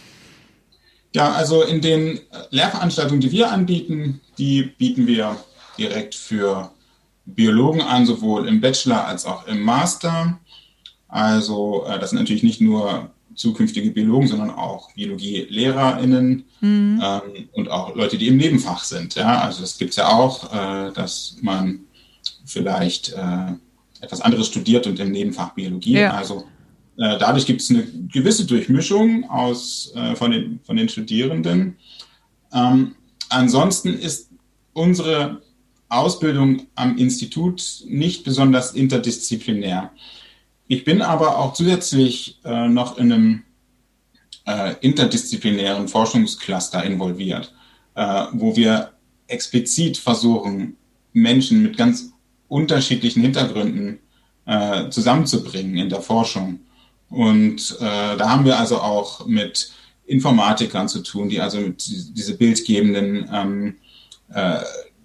Ja, also in den Lehrveranstaltungen, die wir anbieten, die bieten wir direkt für Biologen an, sowohl im Bachelor als auch im Master. Also äh, das sind natürlich nicht nur zukünftige Biologen, sondern auch BiologielehrerInnen mhm. ähm, und auch Leute, die im Nebenfach sind. Ja? Also das gibt es ja auch, äh, dass man vielleicht äh, etwas anderes studiert und im Nebenfach Biologie. Ja. Also äh, dadurch gibt es eine gewisse Durchmischung aus, äh, von, den, von den Studierenden. Ähm, ansonsten ist unsere Ausbildung am Institut nicht besonders interdisziplinär. Ich bin aber auch zusätzlich äh, noch in einem äh, interdisziplinären Forschungscluster involviert, äh, wo wir explizit versuchen, Menschen mit ganz unterschiedlichen Hintergründen äh, zusammenzubringen in der Forschung. Und äh, da haben wir also auch mit Informatikern zu tun, die also mit diese bildgebenden ähm, äh,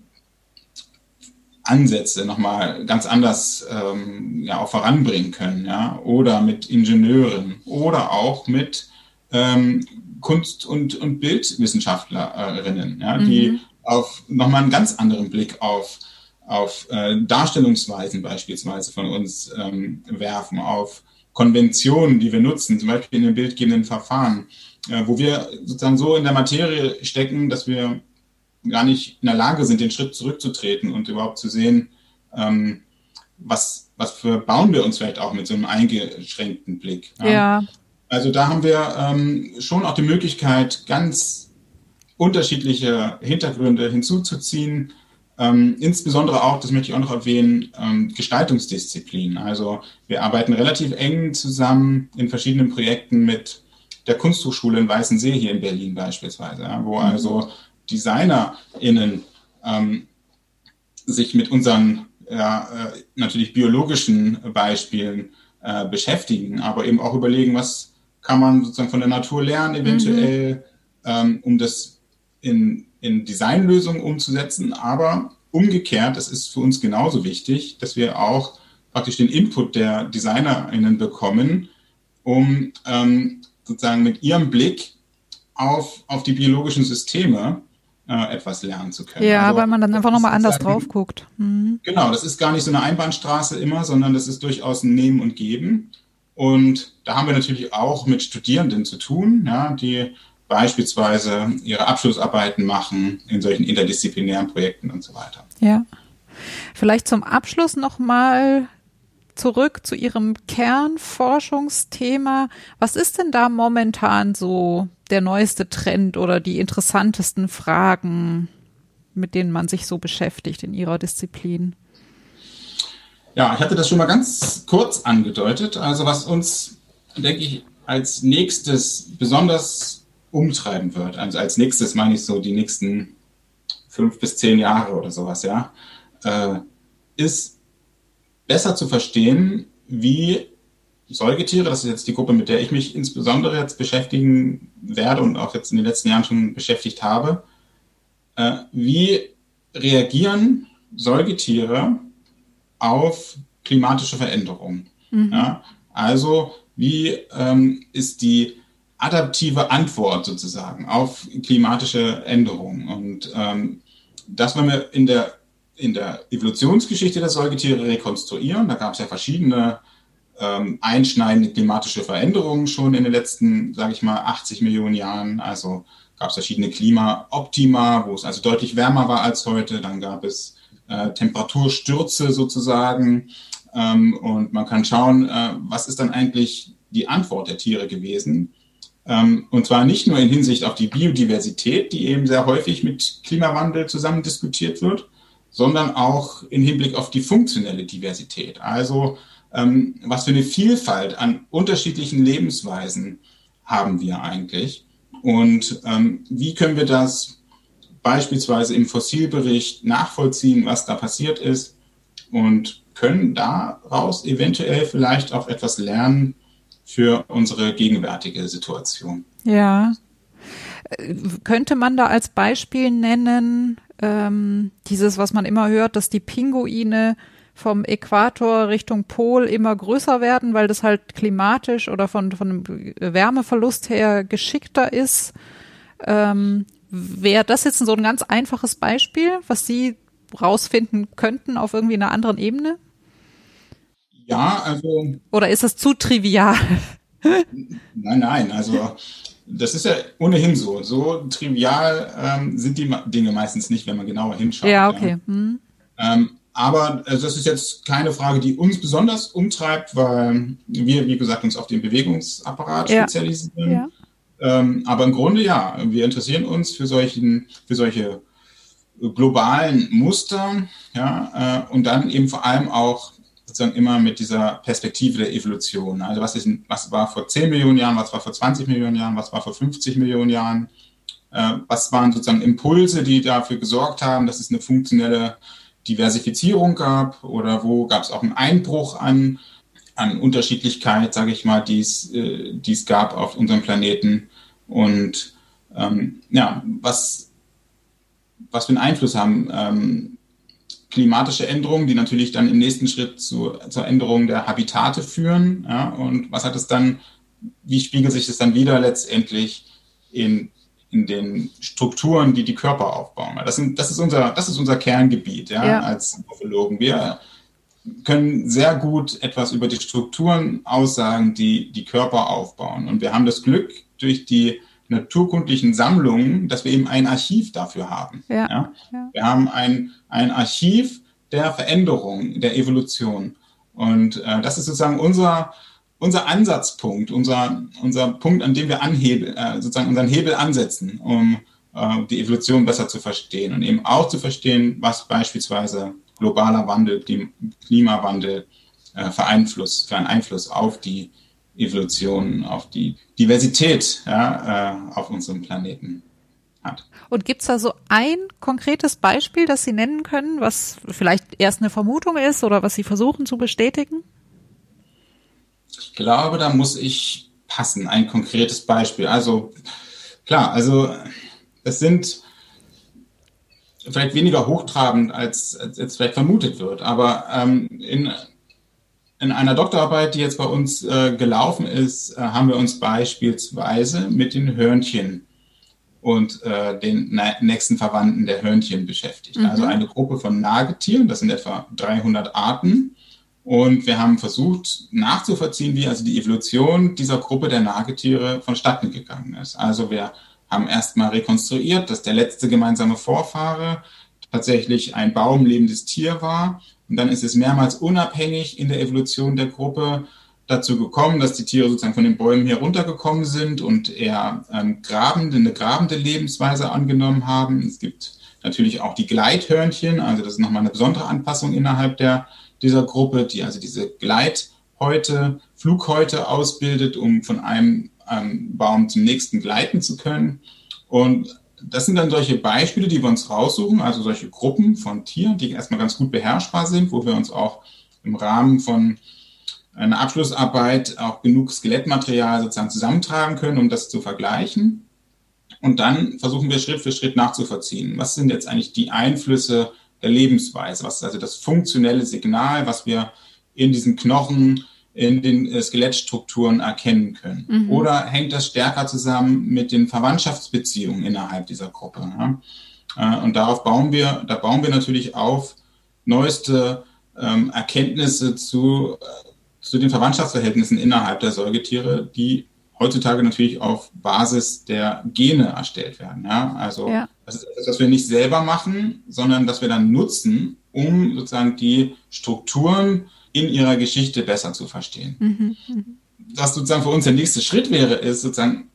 Ansätze nochmal ganz anders ähm, ja, auch voranbringen können, ja, oder mit Ingenieuren oder auch mit ähm, Kunst- und, und Bildwissenschaftlerinnen, ja, mhm. die auf nochmal einen ganz anderen Blick auf, auf äh, Darstellungsweisen beispielsweise von uns ähm, werfen, auf Konventionen, die wir nutzen, zum Beispiel in den bildgebenden Verfahren, äh, wo wir sozusagen so in der Materie stecken, dass wir gar nicht in der Lage sind, den Schritt zurückzutreten und überhaupt zu sehen, ähm, was, was für bauen wir uns vielleicht auch mit so einem eingeschränkten Blick. Ja. ja. Also da haben wir ähm, schon auch die Möglichkeit, ganz unterschiedliche Hintergründe hinzuzuziehen. Ähm, insbesondere auch, das möchte ich auch noch erwähnen, ähm, Gestaltungsdisziplinen. Also wir arbeiten relativ eng zusammen in verschiedenen Projekten mit der Kunsthochschule in Weißensee hier in Berlin beispielsweise, ja, wo mhm. also DesignerInnen ähm, sich mit unseren ja, äh, natürlich biologischen Beispielen äh, beschäftigen, aber eben auch überlegen, was kann man sozusagen von der Natur lernen, eventuell, mhm. ähm, um das in, in Designlösungen umzusetzen. Aber umgekehrt, es ist für uns genauso wichtig, dass wir auch praktisch den Input der DesignerInnen bekommen, um ähm, sozusagen mit ihrem Blick auf, auf die biologischen Systeme etwas lernen zu können. Ja, also, weil man dann einfach nochmal anders drauf guckt. Mhm. Genau, das ist gar nicht so eine Einbahnstraße immer, sondern das ist durchaus ein Nehmen und Geben. Und da haben wir natürlich auch mit Studierenden zu tun, ja, die beispielsweise ihre Abschlussarbeiten machen in solchen interdisziplinären Projekten und so weiter. Ja, vielleicht zum Abschluss nochmal zurück zu Ihrem Kernforschungsthema. Was ist denn da momentan so der neueste Trend oder die interessantesten Fragen, mit denen man sich so beschäftigt in Ihrer Disziplin? Ja, ich hatte das schon mal ganz kurz angedeutet. Also was uns, denke ich, als nächstes besonders umtreiben wird, also als nächstes meine ich so die nächsten fünf bis zehn Jahre oder sowas, ja, äh, ist besser zu verstehen, wie Säugetiere, das ist jetzt die Gruppe, mit der ich mich insbesondere jetzt beschäftigen werde und auch jetzt in den letzten Jahren schon beschäftigt habe, äh, wie reagieren Säugetiere auf klimatische Veränderungen? Mhm. Ja, also wie ähm, ist die adaptive Antwort sozusagen auf klimatische Änderungen? Und ähm, das wollen wir in der in der Evolutionsgeschichte der Säugetiere rekonstruieren. Da gab es ja verschiedene ähm, einschneidende klimatische Veränderungen schon in den letzten, sage ich mal, achtzig Millionen Jahren. Also gab es verschiedene Klimaoptima, wo es also deutlich wärmer war als heute. Dann gab es äh, Temperaturstürze sozusagen. Ähm, und man kann schauen, äh, was ist dann eigentlich die Antwort der Tiere gewesen. Ähm, und zwar nicht nur in Hinsicht auf die Biodiversität, die eben sehr häufig mit Klimawandel zusammen diskutiert wird, sondern auch im Hinblick auf die funktionelle Diversität. Also ähm, was für eine Vielfalt an unterschiedlichen Lebensweisen haben wir eigentlich und ähm, wie können wir das beispielsweise im Fossilbericht nachvollziehen, was da passiert ist und können daraus eventuell vielleicht auch etwas lernen für unsere gegenwärtige Situation. Ja. Könnte man da als Beispiel nennen, ähm, dieses, was man immer hört, dass die Pinguine vom Äquator Richtung Pol immer größer werden, weil das halt klimatisch oder von, von einem Wärmeverlust her geschickter ist. Ähm, wäre das jetzt so ein ganz einfaches Beispiel, was Sie rausfinden könnten auf irgendwie einer anderen Ebene? Ja, also... Oder ist das zu trivial? Nein, nein, also das ist ja ohnehin so. So trivial ähm, sind die Dinge meistens nicht, wenn man genauer hinschaut. Ja, okay. Ja. Hm. Ähm, aber also das ist jetzt keine Frage, die uns besonders umtreibt, weil wir, wie gesagt, uns auf den Bewegungsapparat Ja. spezialisieren. Ja. Ähm, aber im Grunde ja, wir interessieren uns für, solchen, für solche globalen Muster, ja, äh, und dann eben vor allem auch sozusagen immer mit dieser Perspektive der Evolution. Also was, ist, was war vor zehn Millionen Jahren, was war vor zwanzig Millionen Jahren, was war vor fünfzig Millionen Jahren, äh, was waren sozusagen Impulse, die dafür gesorgt haben, dass es eine funktionelle Diversifizierung gab, oder wo gab es auch einen Einbruch an, an Unterschiedlichkeit, sage ich mal, die es äh, die es gab auf unserem Planeten, und ähm, ja, was, was für einen Einfluss haben ähm, klimatische Änderungen, die natürlich dann im nächsten Schritt zu, zur Änderung der Habitate führen, ja, und was hat es dann, wie spiegelt sich das dann wieder letztendlich in in den Strukturen, die die Körper aufbauen. Das, sind, das, ist, unser, das ist unser Kerngebiet, ja, ja. als Morphologen. Wir können sehr gut etwas über die Strukturen aussagen, die die Körper aufbauen. Und wir haben das Glück durch die naturkundlichen Sammlungen, dass wir eben ein Archiv dafür haben. Ja. Ja? Ja. Wir haben ein, ein Archiv der Veränderung, der Evolution. Und äh, das ist sozusagen unser Unser Ansatzpunkt, unser, unser Punkt, an dem wir anhebeln, äh, sozusagen unseren Hebel ansetzen, um äh, die Evolution besser zu verstehen und eben auch zu verstehen, was beispielsweise globaler Wandel, Klimawandel äh, für, Einfluss, für einen Einfluss auf die Evolution, auf die Diversität, ja, äh, auf unserem Planeten hat. Und gibt es da so ein konkretes Beispiel, das Sie nennen können, was vielleicht erst eine Vermutung ist oder was Sie versuchen zu bestätigen? Ich glaube, da muss ich passen, ein konkretes Beispiel. Also klar, also es sind vielleicht weniger hochtrabend, als, als, als vielleicht vermutet wird, aber ähm, in, in einer Doktorarbeit, die jetzt bei uns äh, gelaufen ist, äh, haben wir uns beispielsweise mit den Hörnchen und äh, den nächsten Verwandten der Hörnchen beschäftigt. Mhm. Also eine Gruppe von Nagetieren, das sind etwa dreihundert Arten. Und wir haben versucht nachzuvollziehen, wie also die Evolution dieser Gruppe der Nagetiere vonstatten gegangen ist. Also wir haben erstmal rekonstruiert, dass der letzte gemeinsame Vorfahre tatsächlich ein baumlebendes Tier war. Und dann ist es mehrmals unabhängig in der Evolution der Gruppe dazu gekommen, dass die Tiere sozusagen von den Bäumen heruntergekommen sind und eher ähm, grabende, eine grabende Lebensweise angenommen haben. Es gibt natürlich auch die Gleithörnchen, also das ist nochmal eine besondere Anpassung innerhalb der dieser Gruppe, die also diese Gleithäute, Flughäute ausbildet, um von einem ähm, Baum zum nächsten gleiten zu können. Und das sind dann solche Beispiele, die wir uns raussuchen, also solche Gruppen von Tieren, die erstmal ganz gut beherrschbar sind, wo wir uns auch im Rahmen von einer Abschlussarbeit auch genug Skelettmaterial sozusagen zusammentragen können, um das zu vergleichen. Und dann versuchen wir Schritt für Schritt nachzuvollziehen. Was sind jetzt eigentlich die Einflüsse der Lebensweise, was ist also das funktionelle Signal, was wir in diesen Knochen, in den äh, Skelettstrukturen erkennen können. Mhm. Oder hängt das stärker zusammen mit den Verwandtschaftsbeziehungen innerhalb dieser Gruppe? Ja? Äh, und darauf bauen wir, da bauen wir natürlich auf neueste ähm, Erkenntnisse zu, äh, zu den Verwandtschaftsverhältnissen innerhalb der Säugetiere, die heutzutage natürlich auf Basis der Gene erstellt werden. Ja? Also ja. Das ist etwas, was wir nicht selber machen, sondern das wir dann nutzen, um sozusagen die Strukturen in ihrer Geschichte besser zu verstehen. Mhm. Was sozusagen für uns der nächste Schritt wäre, ist sozusagen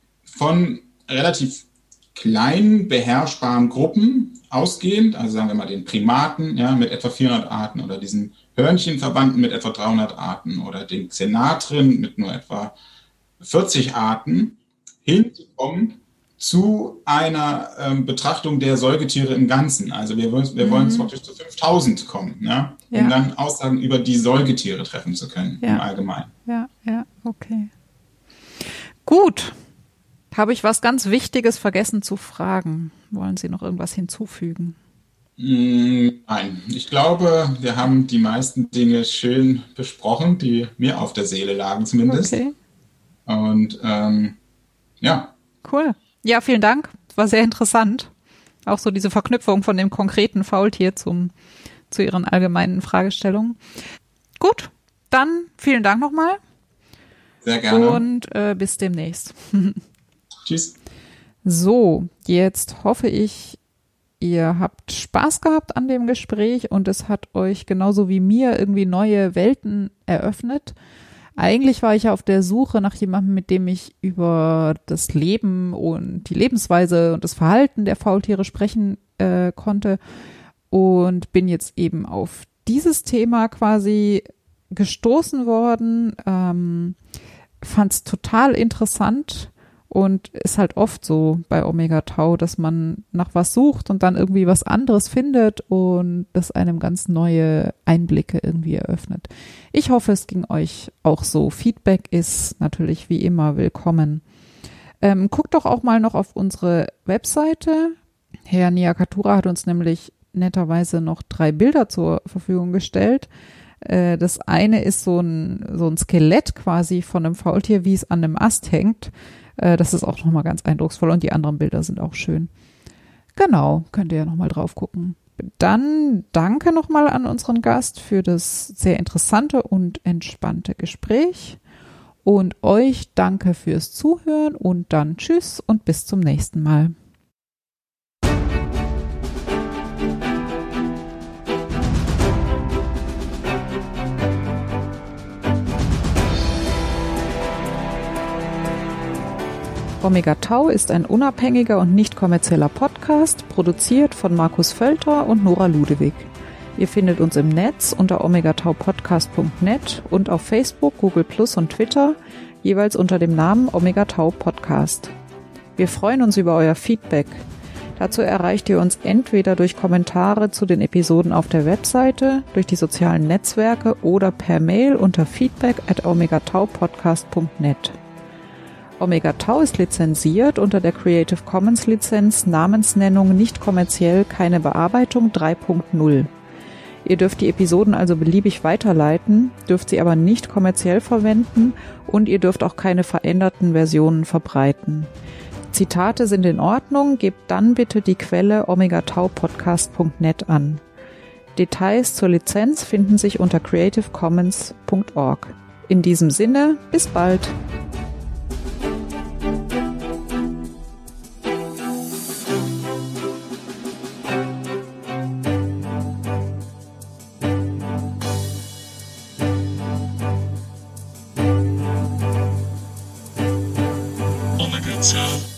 von relativ kleinen, beherrschbaren Gruppen ausgehend, also sagen wir mal den Primaten, ja, mit etwa vierhundert Arten oder diesen Hörnchenverwandten mit etwa dreihundert Arten oder den Xenatren mit nur etwa vierzig Arten, hinzukommen zu einer ähm, Betrachtung der Säugetiere im Ganzen. Also wir, wir mhm. wollen praktisch zu fünftausend kommen, ja, um ja. dann Aussagen über die Säugetiere treffen zu können, ja. im Allgemeinen. Ja, ja, okay. Gut. Habe ich was ganz Wichtiges vergessen zu fragen? Wollen Sie noch irgendwas hinzufügen? Nein, ich glaube, wir haben die meisten Dinge schön besprochen, die mir auf der Seele lagen zumindest. Okay. Und ähm, ja. Cool. Ja, vielen Dank. War sehr interessant. Auch so diese Verknüpfung von dem konkreten Faultier zum, zu Ihren allgemeinen Fragestellungen. Gut, dann vielen Dank nochmal. Sehr gerne. Und äh, bis demnächst. Tschüss. So, jetzt hoffe ich, ihr habt Spaß gehabt an dem Gespräch und es hat euch genauso wie mir irgendwie neue Welten eröffnet. Eigentlich war ich ja auf der Suche nach jemandem, mit dem ich über das Leben und die Lebensweise und das Verhalten der Faultiere sprechen äh, konnte und bin jetzt eben auf dieses Thema quasi gestoßen worden, ähm, fand es total interessant. Und ist halt oft so bei Omega Tau, dass man nach was sucht und dann irgendwie was anderes findet und das einem ganz neue Einblicke irgendwie eröffnet. Ich hoffe, es ging euch auch so. Feedback ist natürlich wie immer willkommen. Ähm, guckt doch auch mal noch auf unsere Webseite. Herr Nyakatura hat uns nämlich netterweise noch drei Bilder zur Verfügung gestellt. Äh, das eine ist so ein, so ein Skelett quasi von einem Faultier, wie es an einem Ast hängt. Das ist auch nochmal ganz eindrucksvoll und die anderen Bilder sind auch schön. Genau, könnt ihr ja nochmal drauf gucken. Dann danke nochmal an unseren Gast für das sehr interessante und entspannte Gespräch und euch danke fürs Zuhören und dann tschüss und bis zum nächsten Mal. Omega Tau ist ein unabhängiger und nicht kommerzieller Podcast, produziert von Markus Völter und Nora Ludewig. Ihr findet uns im Netz unter omega tau podcast punkt net und auf Facebook, Google Plus und Twitter, jeweils unter dem Namen Omega Tau Podcast. Wir freuen uns über euer Feedback. Dazu erreicht ihr uns entweder durch Kommentare zu den Episoden auf der Webseite, durch die sozialen Netzwerke oder per Mail unter feedback at omega tau podcast punkt net. Omega Tau ist lizenziert unter der Creative Commons Lizenz Namensnennung nicht kommerziell, keine Bearbeitung drei punkt null. Ihr dürft die Episoden also beliebig weiterleiten, dürft sie aber nicht kommerziell verwenden und ihr dürft auch keine veränderten Versionen verbreiten. Zitate sind in Ordnung, gebt dann bitte die Quelle omega tau podcast punkt net an. Details zur Lizenz finden sich unter creative commons punkt org. In diesem Sinne, bis bald! So